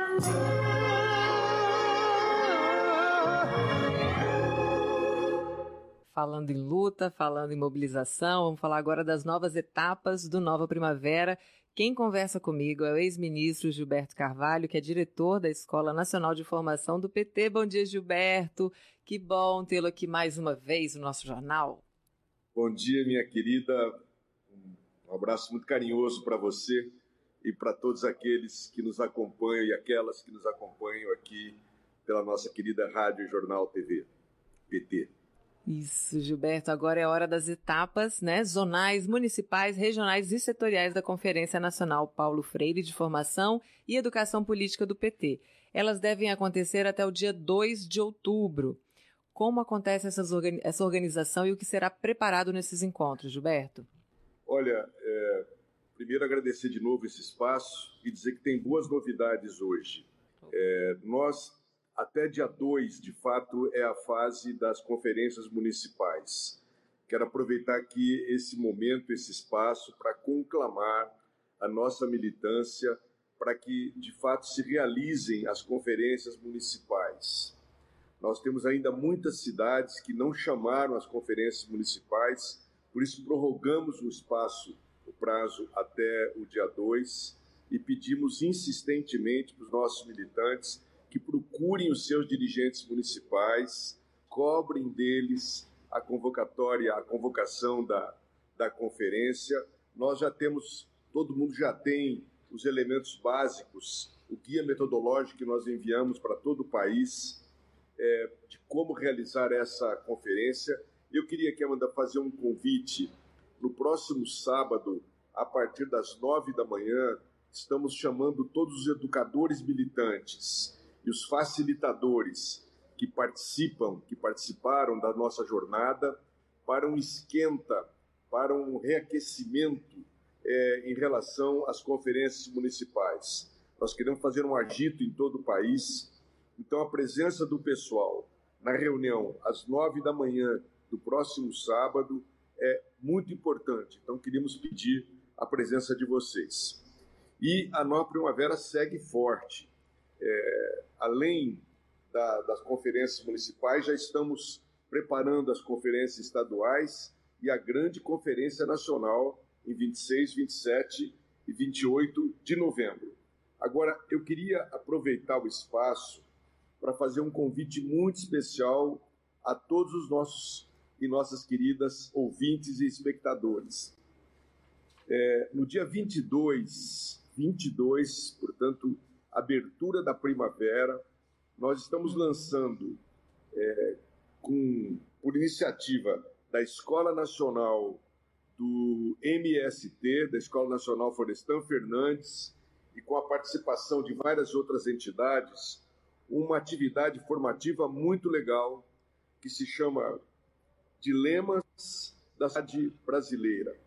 Falando em luta, falando em mobilização, vamos falar agora das novas etapas do Nova Primavera. Quem conversa comigo é o ex-ministro Gilberto Carvalho, que é diretor da Escola Nacional de Formação do PT. Bom dia, Gilberto. Que bom tê-lo aqui mais uma vez no nosso jornal. Bom dia, minha querida. Um abraço muito carinhoso para você e para todos aqueles que nos acompanham e aquelas que nos acompanham aqui pela nossa querida Rádio Jornal TV, PT. Isso, Gilberto. Agora é hora das etapas, né? Zonais, municipais, regionais e setoriais da Conferência Nacional Paulo Freire de Formação e Educação Política do PT. Elas devem acontecer até o dia 2 de outubro. Como acontece essa organização e o que será preparado nesses encontros, Gilberto? Olha, primeiro agradecer de novo esse espaço e dizer que tem boas novidades hoje. Nós... Até dia 2, de fato, é a fase das conferências municipais. Quero aproveitar aqui esse momento, esse espaço, para conclamar a nossa militância para que, de fato, se realizem as conferências municipais. Nós temos ainda muitas cidades que não chamaram as conferências municipais, por isso prorrogamos o prazo até o dia 2 e pedimos insistentemente para os nossos militantes que procurem os seus dirigentes municipais, cobrem deles a convocação da conferência. Nós já temos, todo mundo já tem os elementos básicos, o guia metodológico que nós enviamos para todo o país, de como realizar essa conferência. Eu queria aqui, Amanda, fazer um convite. No próximo sábado, a partir das 9 da manhã, estamos chamando todos os educadores militantes e os facilitadores que participaram da nossa jornada para um esquenta, para um reaquecimento em relação às conferências municipais. Nós queremos fazer um agito em todo o país, então a presença do pessoal na reunião às 9 da manhã do próximo sábado é muito importante. Então queríamos pedir a presença de vocês. E a Nova Primavera segue forte. Além das conferências municipais, já estamos preparando as conferências estaduais e a grande conferência nacional em 26, 27 e 28 de novembro. Agora, eu queria aproveitar o espaço para fazer um convite muito especial a todos os nossos e nossas queridas ouvintes e espectadores. No dia 22, portanto, abertura da primavera, nós estamos lançando, por iniciativa da Escola Nacional do MST, da Escola Nacional Florestan Fernandes, e com a participação de várias outras entidades, uma atividade formativa muito legal que se chama Dilemas da Cidade Brasileira.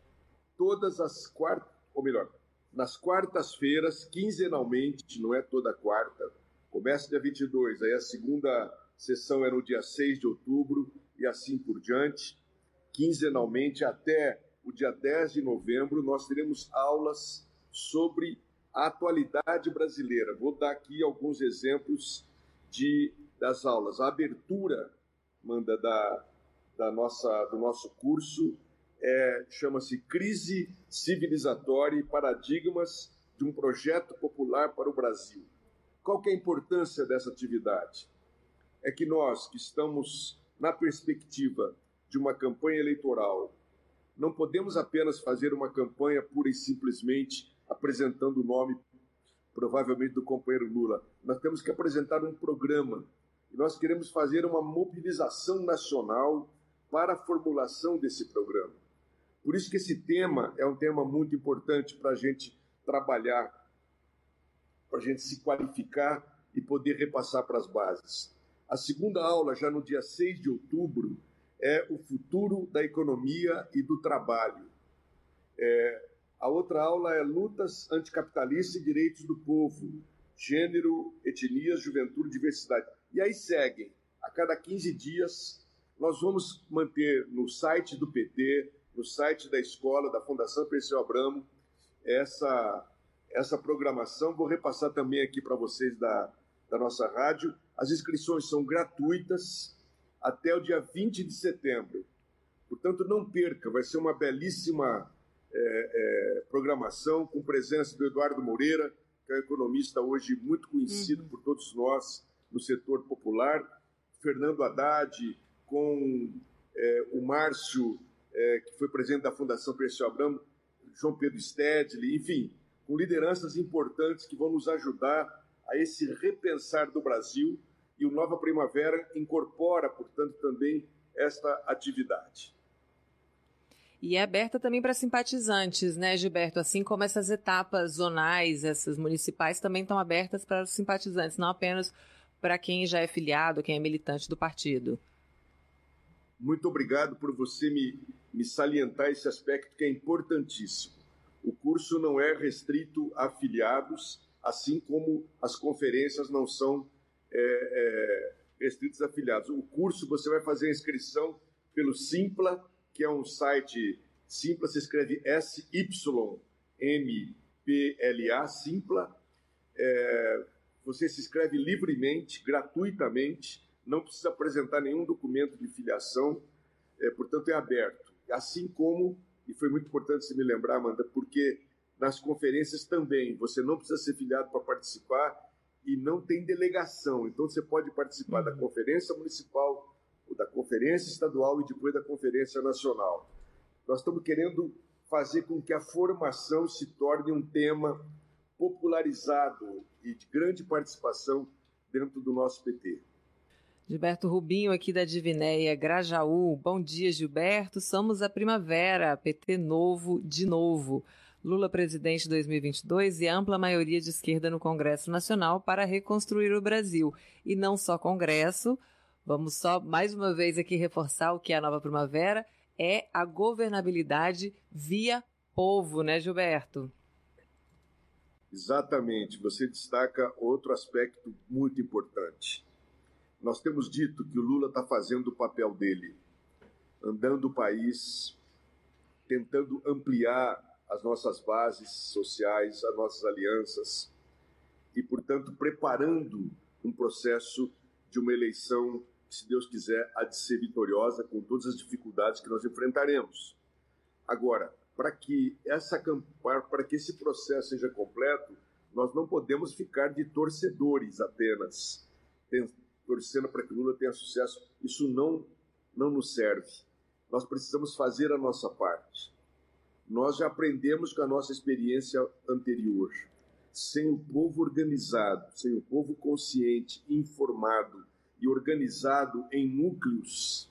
Nas quartas-feiras, quinzenalmente, não é toda quarta, começa dia 22, aí a segunda sessão é no dia 6 de outubro e assim por diante. Quinzenalmente, até o dia 10 de novembro, nós teremos aulas sobre a atualidade brasileira. Vou dar aqui alguns exemplos das aulas. A abertura, Amanda, do nosso curso chama-se Crise Civilizatória e Paradigmas de um Projeto Popular para o Brasil. Qual que é a importância dessa atividade? É que nós, que estamos na perspectiva de uma campanha eleitoral, não podemos apenas fazer uma campanha pura e simplesmente apresentando o nome, provavelmente, do companheiro Lula. Nós temos que apresentar um programa. E nós queremos fazer uma mobilização nacional para a formulação desse programa. Por isso que esse tema é um tema muito importante para a gente trabalhar, para a gente se qualificar e poder repassar para as bases. A segunda aula, já no dia 6 de outubro, é o futuro da economia e do trabalho. A outra aula é lutas anticapitalistas e direitos do povo, gênero, etnias, juventude e diversidade. E aí seguem, a cada 15 dias, nós vamos manter no site do PT, no site da escola, da Fundação Perseu Abramo, essa programação. Vou repassar também aqui para vocês da nossa rádio. As inscrições são gratuitas até o dia 20 de setembro. Portanto, não perca, vai ser uma belíssima programação com presença do Eduardo Moreira, que é um economista hoje muito conhecido por todos nós no setor popular, Fernando Haddad, com o Márcio, que foi presidente da Fundação Perseu Abramo, João Pedro Stedley, enfim, com lideranças importantes que vão nos ajudar a esse repensar do Brasil, e o Nova Primavera incorpora, portanto, também esta atividade. E é aberta também para simpatizantes, né, Gilberto? Assim como essas etapas zonais, essas municipais, também estão abertas para os simpatizantes, não apenas para quem já é filiado, quem é militante do partido. Muito obrigado por você me salientar esse aspecto que é importantíssimo. O curso não é restrito a afiliados, assim como as conferências não são restritas a afiliados. O curso, você vai fazer a inscrição pelo Simpla, que é um site. Simpla se escreve SYMPLA, Simpla. Você se inscreve livremente, gratuitamente, não precisa apresentar nenhum documento de filiação, portanto é aberto. Assim como e foi muito importante você me lembrar, Amanda, porque nas conferências também você não precisa ser filiado para participar e não tem delegação. Então você pode participar da conferência municipal, ou da conferência estadual e depois da conferência nacional. Nós estamos querendo fazer com que a formação se torne um tema popularizado e de grande participação dentro do nosso PT. Gilberto Rubinho, aqui da Divinéia, Grajaú. Bom dia, Gilberto. Somos a primavera, PT novo de novo. Lula presidente 2022 e ampla maioria de esquerda no Congresso Nacional para reconstruir o Brasil. E não só Congresso, vamos só mais uma vez aqui reforçar o que é a nova primavera, é a governabilidade via povo, né, Gilberto? Exatamente, você destaca outro aspecto muito importante. Nós temos dito que o Lula está fazendo o papel dele, andando o país, tentando ampliar as nossas bases sociais, as nossas alianças e, portanto, preparando um processo de uma eleição que, se Deus quiser, há de ser vitoriosa com todas as dificuldades que nós enfrentaremos. Agora, para que esse processo seja completo, nós não podemos ficar de torcedores apenas, torcendo para que Lula tenha sucesso. Isso não nos serve. Nós precisamos fazer a nossa parte. Nós já aprendemos com a nossa experiência anterior. Sem o povo organizado, sem o povo consciente, informado e organizado em núcleos,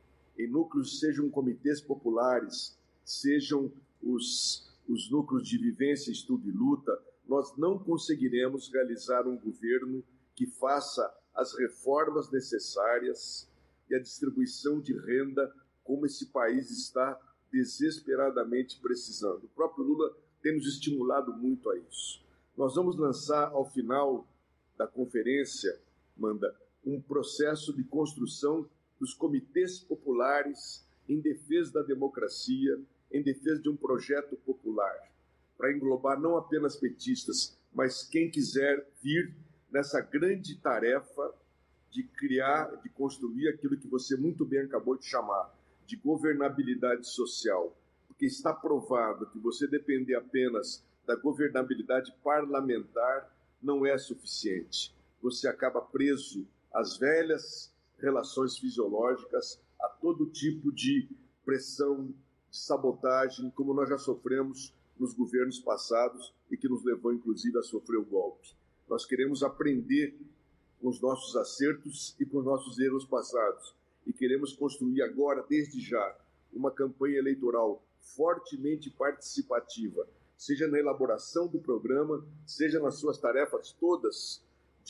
sejam comitês populares, sejam os núcleos de vivência, estudo e luta, nós não conseguiremos realizar um governo que faça as reformas necessárias e a distribuição de renda como esse país está desesperadamente precisando. O próprio Lula tem nos estimulado muito a isso. Nós vamos lançar, ao final da conferência, Amanda, um processo de construção dos comitês populares em defesa da democracia, em defesa de um projeto popular, para englobar não apenas petistas, mas quem quiser vir nessa grande tarefa de criar, de construir aquilo que você muito bem acabou de chamar de governabilidade social, porque está provado que você depender apenas da governabilidade parlamentar não é suficiente. Você acaba preso às velhas relações fisiológicas, a todo tipo de pressão, de sabotagem, como nós já sofremos nos governos passados e que nos levou, inclusive, a sofrer o golpe. Nós queremos aprender com os nossos acertos e com os nossos erros passados e queremos construir agora, desde já, uma campanha eleitoral fortemente participativa, seja na elaboração do programa, seja nas suas tarefas todas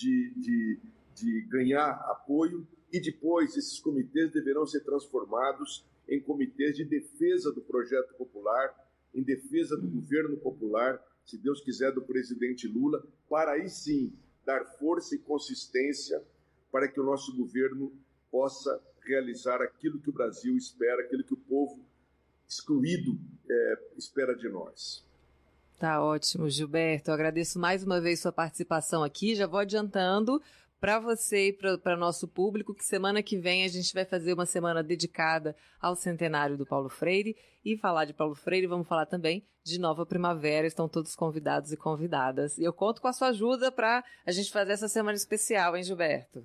de ganhar apoio, e depois esses comitês deverão ser transformados em comitês de defesa do projeto popular, em defesa do governo popular, se Deus quiser, do presidente Lula, para aí sim dar força e consistência para que o nosso governo possa realizar aquilo que o Brasil espera, aquilo que o povo excluído espera de nós. Tá ótimo, Gilberto. Eu agradeço mais uma vez sua participação aqui. Já vou adiantando para você e para nosso público que semana que vem a gente vai fazer uma semana dedicada ao centenário do Paulo Freire. E falar de Paulo Freire, vamos falar também de Nova Primavera. Estão todos convidados e convidadas. E eu conto com a sua ajuda para a gente fazer essa semana especial, hein, Gilberto?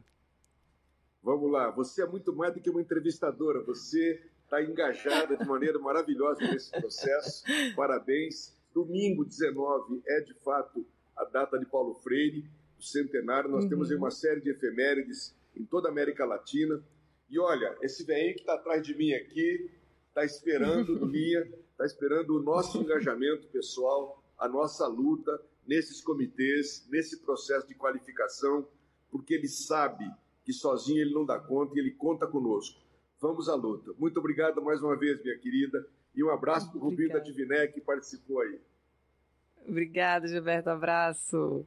Vamos lá. Você é muito mais do que uma entrevistadora. Você está engajada de maneira maravilhosa nesse processo. Parabéns. Domingo 19 é, de fato, a data de Paulo Freire, o centenário. Nós temos aí uma série de efemérides em toda a América Latina. E olha, esse velhinho que está atrás de mim aqui está esperando, está esperando o nosso engajamento pessoal, a nossa luta nesses comitês, nesse processo de qualificação, porque ele sabe que sozinho ele não dá conta e ele conta conosco. Vamos à luta. Muito obrigado mais uma vez, minha querida. E um abraço para o Rubinho da Diviné, que participou aí. Obrigada, Gilberto. Abraço.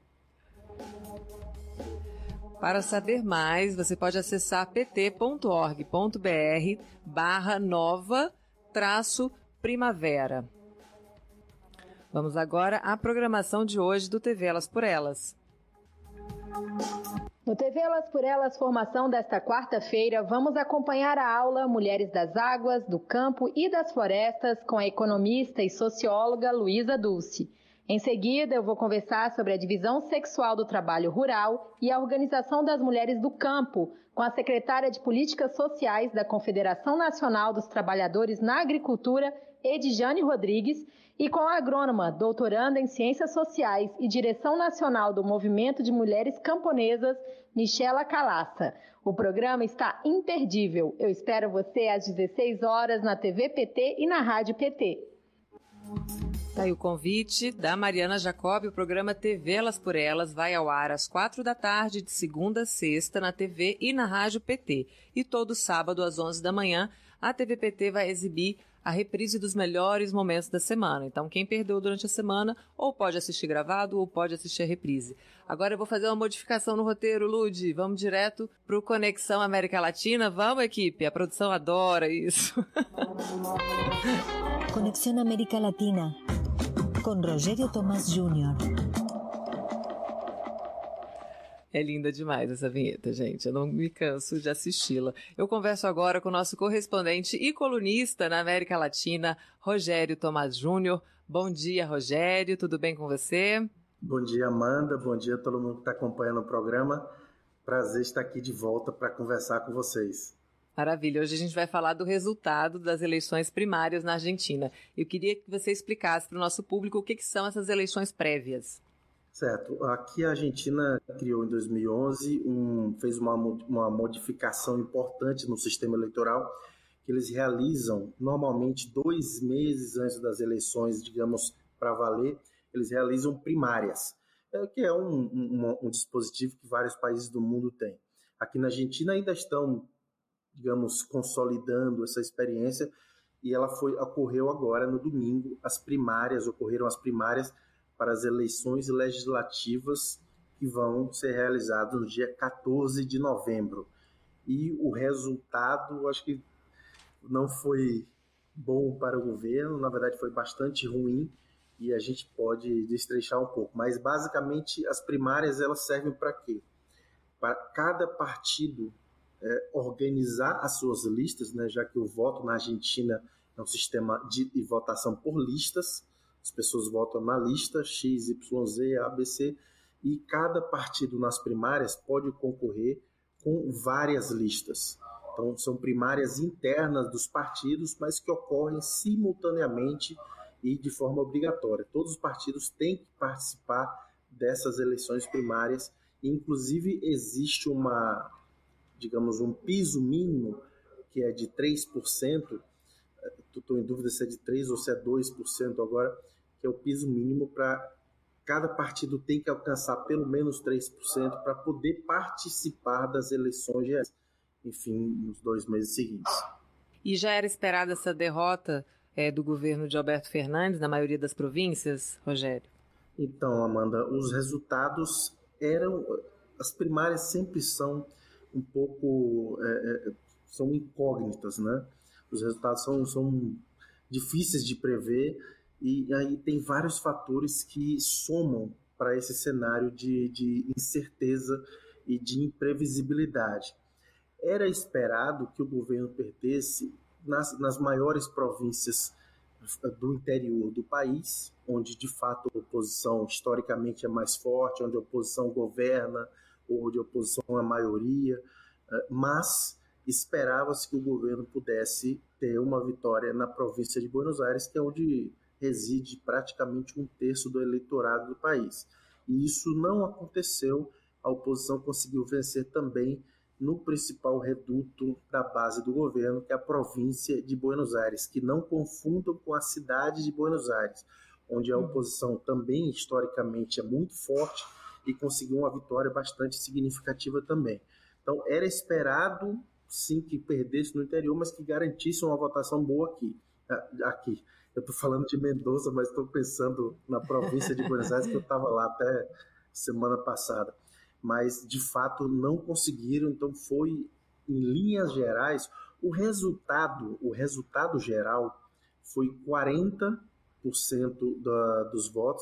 Para saber mais, você pode acessar pt.org.br/nova-primavera. Vamos agora à programação de hoje do TV Elas por Elas. No TV Elas por Elas Formação desta quarta-feira, vamos acompanhar a aula Mulheres das Águas, do Campo e das Florestas com a economista e socióloga Luísa Dulce. Em seguida, eu vou conversar sobre a divisão sexual do trabalho rural e a organização das mulheres do campo, com a secretária de Políticas Sociais da Confederação Nacional dos Trabalhadores na Agricultura, Edjane Rodrigues, e com a agrônoma, doutoranda em Ciências Sociais e direção nacional do Movimento de Mulheres Camponesas, Michela Calaça. O programa está imperdível. Eu espero você às 16 horas na TV PT e na Rádio PT. Tá aí o convite da Mariana Jacob. O programa TV Elas por Elas vai ao ar às 4 da tarde, de segunda a sexta, na TV e na Rádio PT. E todo sábado, às 11 da manhã, a TV PT vai exibir a reprise dos melhores momentos da semana. Então, quem perdeu durante a semana, ou pode assistir gravado, ou pode assistir a reprise. Agora eu vou fazer uma modificação no roteiro, Lud. Vamos direto para o Conexão América Latina. Vamos, equipe? A produção adora isso. Conexão América Latina, com Rogério Tomás Jr. É linda demais essa vinheta, gente. Eu não me canso de assisti-la. Eu converso agora com o nosso correspondente e colunista na América Latina, Rogério Tomás Júnior. Bom dia, Rogério. Tudo bem com você? Bom dia, Amanda. Bom dia a todo mundo que está acompanhando o programa. Prazer estar aqui de volta para conversar com vocês. Maravilha. Hoje a gente vai falar do resultado das eleições primárias na Argentina. Eu queria que você explicasse para o nosso público o que são essas eleições prévias. Certo. Aqui a Argentina criou em 2011, fez uma modificação importante no sistema eleitoral, que eles realizam normalmente 2 meses antes das eleições, digamos, para valer, eles realizam primárias, que é um dispositivo que vários países do mundo têm. Aqui na Argentina ainda estão, digamos, consolidando essa experiência e ela ocorreu agora no domingo, ocorreram as primárias para as eleições legislativas que vão ser realizadas no dia 14 de novembro. E o resultado, acho que não foi bom para o governo, na verdade foi bastante ruim, e a gente pode destrechar um pouco. Mas, basicamente, as primárias elas servem para quê? Para cada partido organizar as suas listas, né, já que o voto na Argentina é um sistema de votação por listas. As pessoas votam na lista X, Y, Z, A, B, C, e cada partido nas primárias pode concorrer com várias listas. Então, são primárias internas dos partidos, mas que ocorrem simultaneamente e de forma obrigatória. Todos os partidos têm que participar dessas eleições primárias, e, inclusive, existe um piso mínimo que é de 3%, estou em dúvida se é de 3% ou se é 2% agora, que é o piso mínimo para cada partido tem que alcançar pelo menos 3% para poder participar das eleições, enfim, nos 2 meses seguintes. E já era esperada essa derrota do governo de Alberto Fernandes na maioria das províncias, Rogério? Então, Amanda, os resultados as primárias sempre são um pouco são incógnitas, né? Os resultados são difíceis de prever, e aí tem vários fatores que somam para esse cenário de incerteza e de imprevisibilidade. Era esperado que o governo perdesse nas maiores províncias do interior do país, onde de fato a oposição historicamente é mais forte, onde a oposição governa, onde a oposição é a maioria, mas esperava-se que o governo pudesse ter uma vitória na província de Buenos Aires, que é onde reside praticamente 1/3 do eleitorado do país. E isso não aconteceu, a oposição conseguiu vencer também no principal reduto da base do governo, que é a província de Buenos Aires, que não confundam com a cidade de Buenos Aires, onde a oposição também historicamente é muito forte e conseguiu uma vitória bastante significativa também. Então era esperado sim que perdesse no interior, mas que garantisse uma votação boa aqui. Eu estou falando de Mendoza, mas estou pensando na província de Buenos Aires, que eu estava lá até semana passada. Mas, de fato, não conseguiram. Então, foi, em linhas gerais, o resultado geral foi 40% dos votos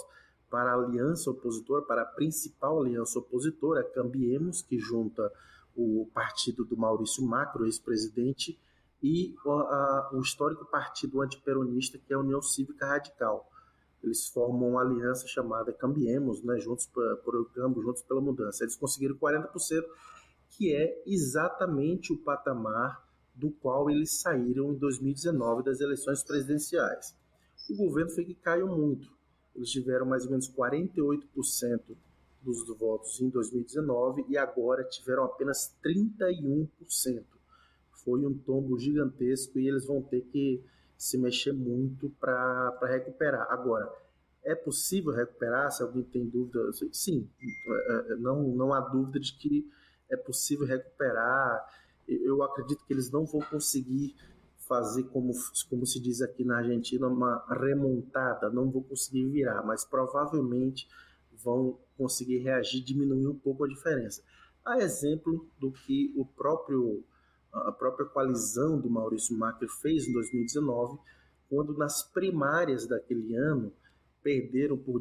para a aliança opositora, para a principal aliança opositora, a Cambiemos, que junta o partido do Maurício Macri, ex-presidente, e o histórico partido antiperonista, que é a União Cívica Radical. Eles formam uma aliança chamada Cambiemos, né, juntos por o Câmbio, juntos pela mudança. Eles conseguiram 40%, que é exatamente o patamar do qual eles saíram em 2019 das eleições presidenciais. O governo foi que caiu muito. Eles tiveram mais ou menos 48% dos votos em 2019 e agora tiveram apenas 31%. Foi um tombo gigantesco e eles vão ter que se mexer muito para recuperar. Agora, é possível recuperar? Se alguém tem dúvida, sim, não há dúvida de que é possível recuperar. Eu acredito que eles não vão conseguir fazer, como se diz aqui na Argentina, uma remontada, não vão conseguir virar, mas provavelmente vão conseguir reagir, diminuir um pouco a diferença. A exemplo do que a própria coalizão do Maurício Macri fez em 2019, quando nas primárias daquele ano perderam por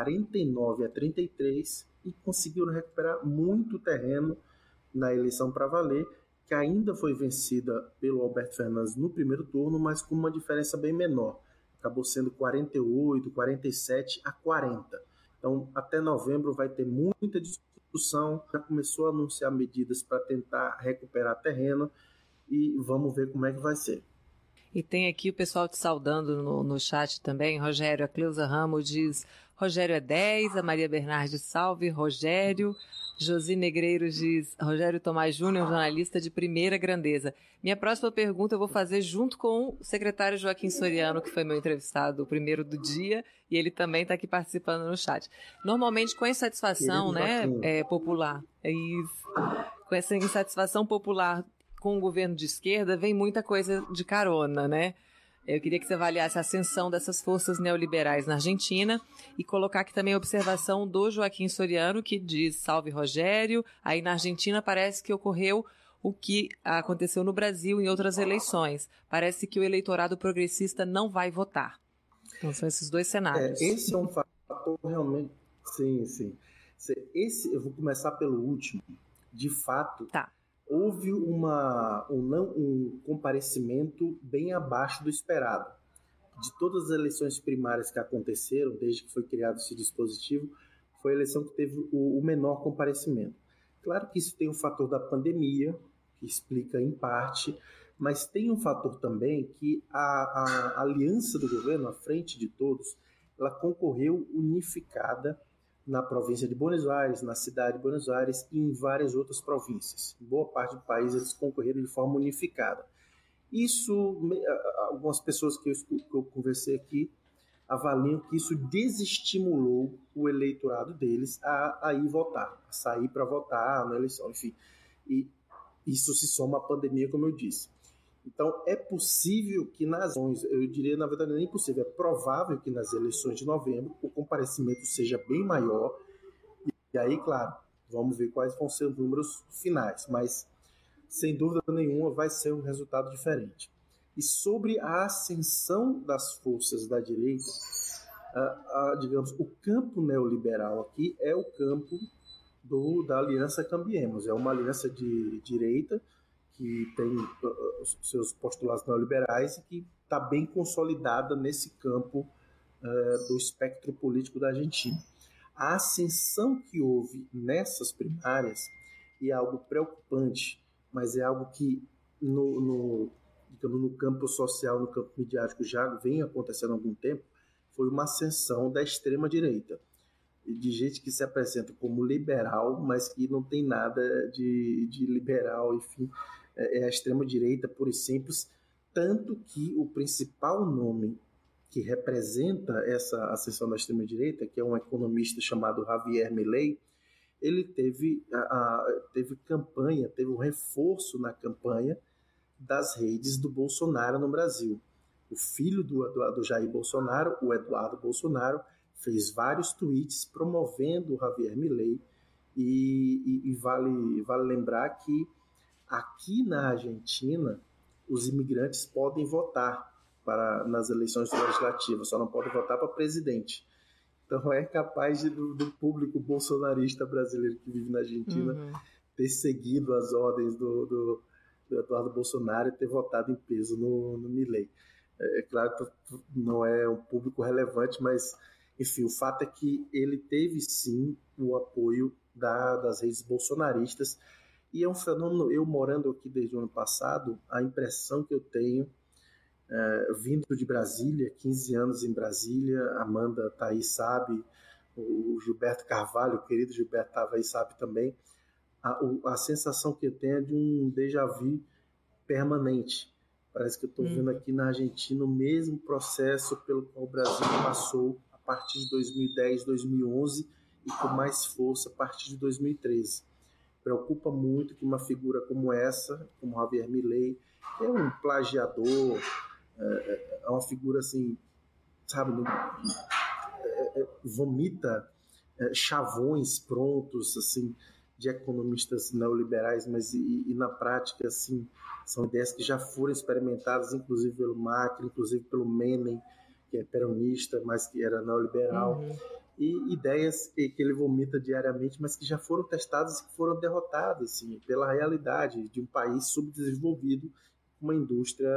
49-33 e conseguiram recuperar muito terreno na eleição para valer, que ainda foi vencida pelo Alberto Fernandes no primeiro turno, mas com uma diferença bem menor. Acabou sendo 48, 47-40. Então, até novembro vai ter muita discussão. Já começou a anunciar medidas para tentar recuperar terreno e vamos ver como é que vai ser. E tem aqui o pessoal te saudando no chat também. Rogério, a Cleusa Ramos diz: Rogério é 10, a Maria Bernardes salve, Rogério. Josi Negreiros diz: Rogério Tomás Júnior, jornalista de primeira grandeza. Minha próxima pergunta eu vou fazer junto com o secretário Joaquim Soriano, que foi meu entrevistado, o primeiro do dia, e ele também está aqui participando no chat. Normalmente, com a insatisfação popular, com essa insatisfação popular com o governo de esquerda, vem muita coisa de carona, né? Eu queria que você avaliasse a ascensão dessas forças neoliberais na Argentina e colocar aqui também a observação do Joaquim Soriano, que diz: salve Rogério, aí na Argentina parece que ocorreu o que aconteceu no Brasil em outras eleições. Parece que o eleitorado progressista não vai votar. Então são esses dois cenários. Esse é um fator realmente... Sim. Eu vou começar pelo último. De fato... Tá. Houve um comparecimento bem abaixo do esperado. De todas as eleições primárias que aconteceram, desde que foi criado esse dispositivo, foi a eleição que teve o menor comparecimento. Claro que isso tem um fator da pandemia, que explica em parte, mas tem um fator também que a aliança do governo, à frente de todos, ela concorreu unificada na província de Buenos Aires, na cidade de Buenos Aires e em várias outras províncias. Em boa parte do país eles concorreram de forma unificada. Isso, algumas pessoas que eu conversei aqui avaliam que isso desestimulou o eleitorado deles a ir votar, a sair para votar na eleição, enfim. E isso se soma à pandemia, como eu disse. Então, é possível que eu diria, na verdade, não é impossível, é provável que nas eleições de novembro o comparecimento seja bem maior. E aí, claro, vamos ver quais vão ser os números finais, mas, sem dúvida nenhuma, vai ser um resultado diferente. E sobre a ascensão das forças da direita, digamos, o campo neoliberal aqui é o campo da Aliança Cambiemos. É uma aliança de direita que tem seus postulados neoliberais e que está bem consolidada nesse campo do espectro político da Argentina. A ascensão que houve nessas primárias é algo preocupante, mas é algo que no campo social, no campo midiático já vem acontecendo há algum tempo, foi uma ascensão da extrema-direita, de gente que se apresenta como liberal, mas que não tem nada de liberal, enfim, é a extrema-direita pura e simples, tanto que o principal nome que representa essa ascensão da extrema-direita, que é um economista chamado Javier Milei, ele teve campanha, teve um reforço na campanha das redes do Bolsonaro no Brasil. O filho do Jair Bolsonaro, o Eduardo Bolsonaro, fez vários tweets promovendo o Javier Milei e vale lembrar que aqui na Argentina os imigrantes podem votar nas eleições legislativas, só não podem votar para presidente. Então é capaz do público bolsonarista brasileiro que vive na Argentina ter seguido as ordens do Eduardo Bolsonaro e ter votado em peso no Milei. É claro que não é um público relevante, mas, enfim, o fato é que ele teve, sim, o apoio das redes bolsonaristas, e é um fenômeno, eu morando aqui desde o ano passado, a impressão que eu tenho, vindo de Brasília, 15 anos em Brasília, Amanda está aí, sabe, o Gilberto Carvalho, o querido Gilberto estava aí, sabe também, a sensação que eu tenho é de um déjà vu permanente. Parece que eu estou vendo aqui na Argentina o mesmo processo pelo qual o Brasil passou a partir de 2010, 2011 e com mais força a partir de 2013. Preocupa muito que uma figura como essa, como Javier Milei, que é um plagiador, é uma figura assim, sabe, vomita chavões prontos, assim, de economistas neoliberais, mas e na prática, assim, são ideias que já foram experimentadas, inclusive pelo Macri, inclusive pelo Menem, que é peronista, mas que era neoliberal, e ideias que ele vomita diariamente, mas que já foram testadas e que foram derrotadas, assim, pela realidade de um país subdesenvolvido, uma indústria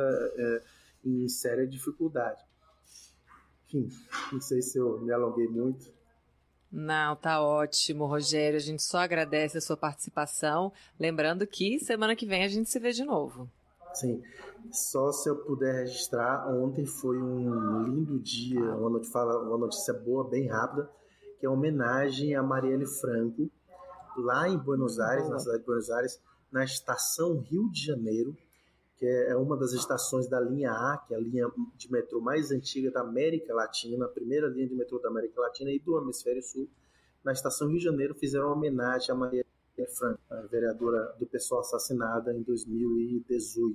em séria dificuldade. Enfim, não sei se eu me alonguei muito. Não, tá ótimo, Rogério. A gente só agradece a sua participação. Lembrando que semana que vem a gente se vê de novo. Sim, só se eu puder registrar, ontem foi um lindo dia, uma notícia boa, bem rápida, que é uma homenagem a Marielle Franco, lá em Buenos Aires, na cidade de Buenos Aires, na estação Rio de Janeiro, que é uma das estações da linha A, que é a linha de metrô mais antiga da América Latina, a primeira linha de metrô da América Latina e do Hemisfério Sul. Na estação Rio de Janeiro fizeram uma homenagem a Marielle Franco, a vereadora do PSOL assassinada em 2018.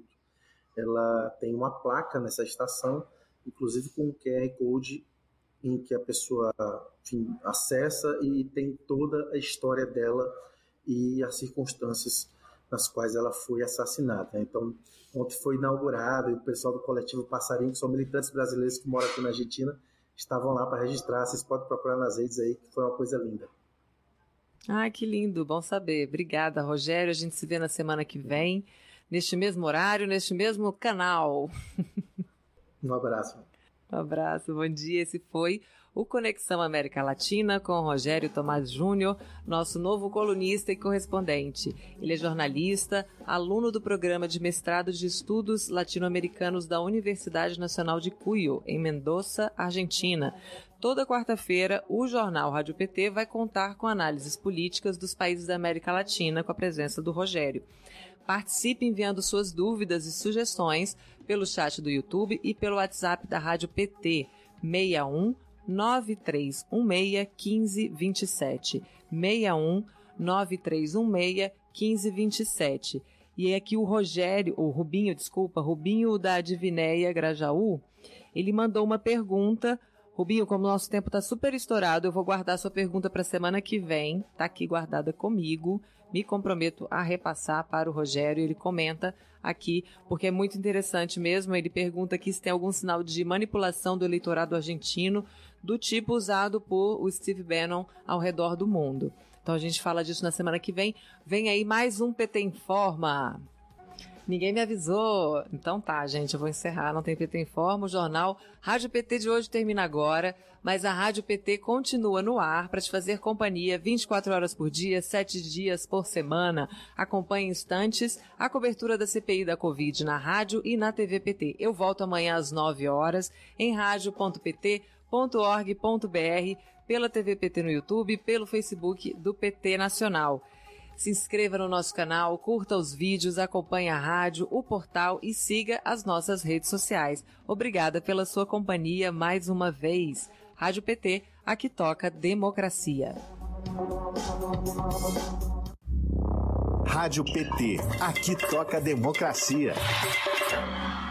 Ela tem uma placa nessa estação, inclusive com um QR Code em que a pessoa, enfim, acessa e tem toda a história dela e as circunstâncias nas quais ela foi assassinada. Então, ontem foi inaugurado e o pessoal do coletivo Passarinho, que são militantes brasileiros que moram aqui na Argentina, estavam lá para registrar. Vocês podem procurar nas redes aí, que foi uma coisa linda. Ah, que lindo, bom saber. Obrigada, Rogério. A gente se vê na semana que vem, neste mesmo horário, neste mesmo canal. Um abraço. Um abraço, bom dia. Esse foi o Conexão América Latina com Rogério Tomás Júnior, nosso novo colunista e correspondente. Ele é jornalista, aluno do programa de mestrado de estudos latino-americanos da Universidade Nacional de Cuyo, em Mendoza, Argentina. Toda quarta-feira, o jornal Rádio PT vai contar com análises políticas dos países da América Latina com a presença do Rogério. Participe enviando suas dúvidas e sugestões pelo chat do YouTube e pelo WhatsApp da Rádio PT, 61 9316 1527. 61 9316 1527. E aqui o Rubinho da Divinéia Grajaú, ele mandou uma pergunta. Rubinho, como o nosso tempo está super estourado, eu vou guardar sua pergunta para a semana que vem. Está aqui guardada comigo. Me comprometo a repassar para o Rogério. Ele comenta aqui, porque é muito interessante mesmo. Ele pergunta aqui se tem algum sinal de manipulação do eleitorado argentino do tipo usado por o Steve Bannon ao redor do mundo. Então a gente fala disso na semana que vem. Vem aí mais um PT Informa. Ninguém me avisou. Então tá, gente, eu vou encerrar. Não tem PT Informa. O jornal Rádio PT de hoje termina agora, mas a Rádio PT continua no ar para te fazer companhia 24 horas por dia, 7 dias por semana. Acompanhe em instantes a cobertura da CPI da Covid na rádio e na TV PT. Eu volto amanhã às 9 horas em radio.pt.org.br, pela TV PT no YouTube, pelo Facebook do PT Nacional. Se inscreva no nosso canal, curta os vídeos, acompanhe a rádio, o portal e siga as nossas redes sociais. Obrigada pela sua companhia mais uma vez. Rádio PT, aqui toca democracia. Rádio PT, aqui toca democracia.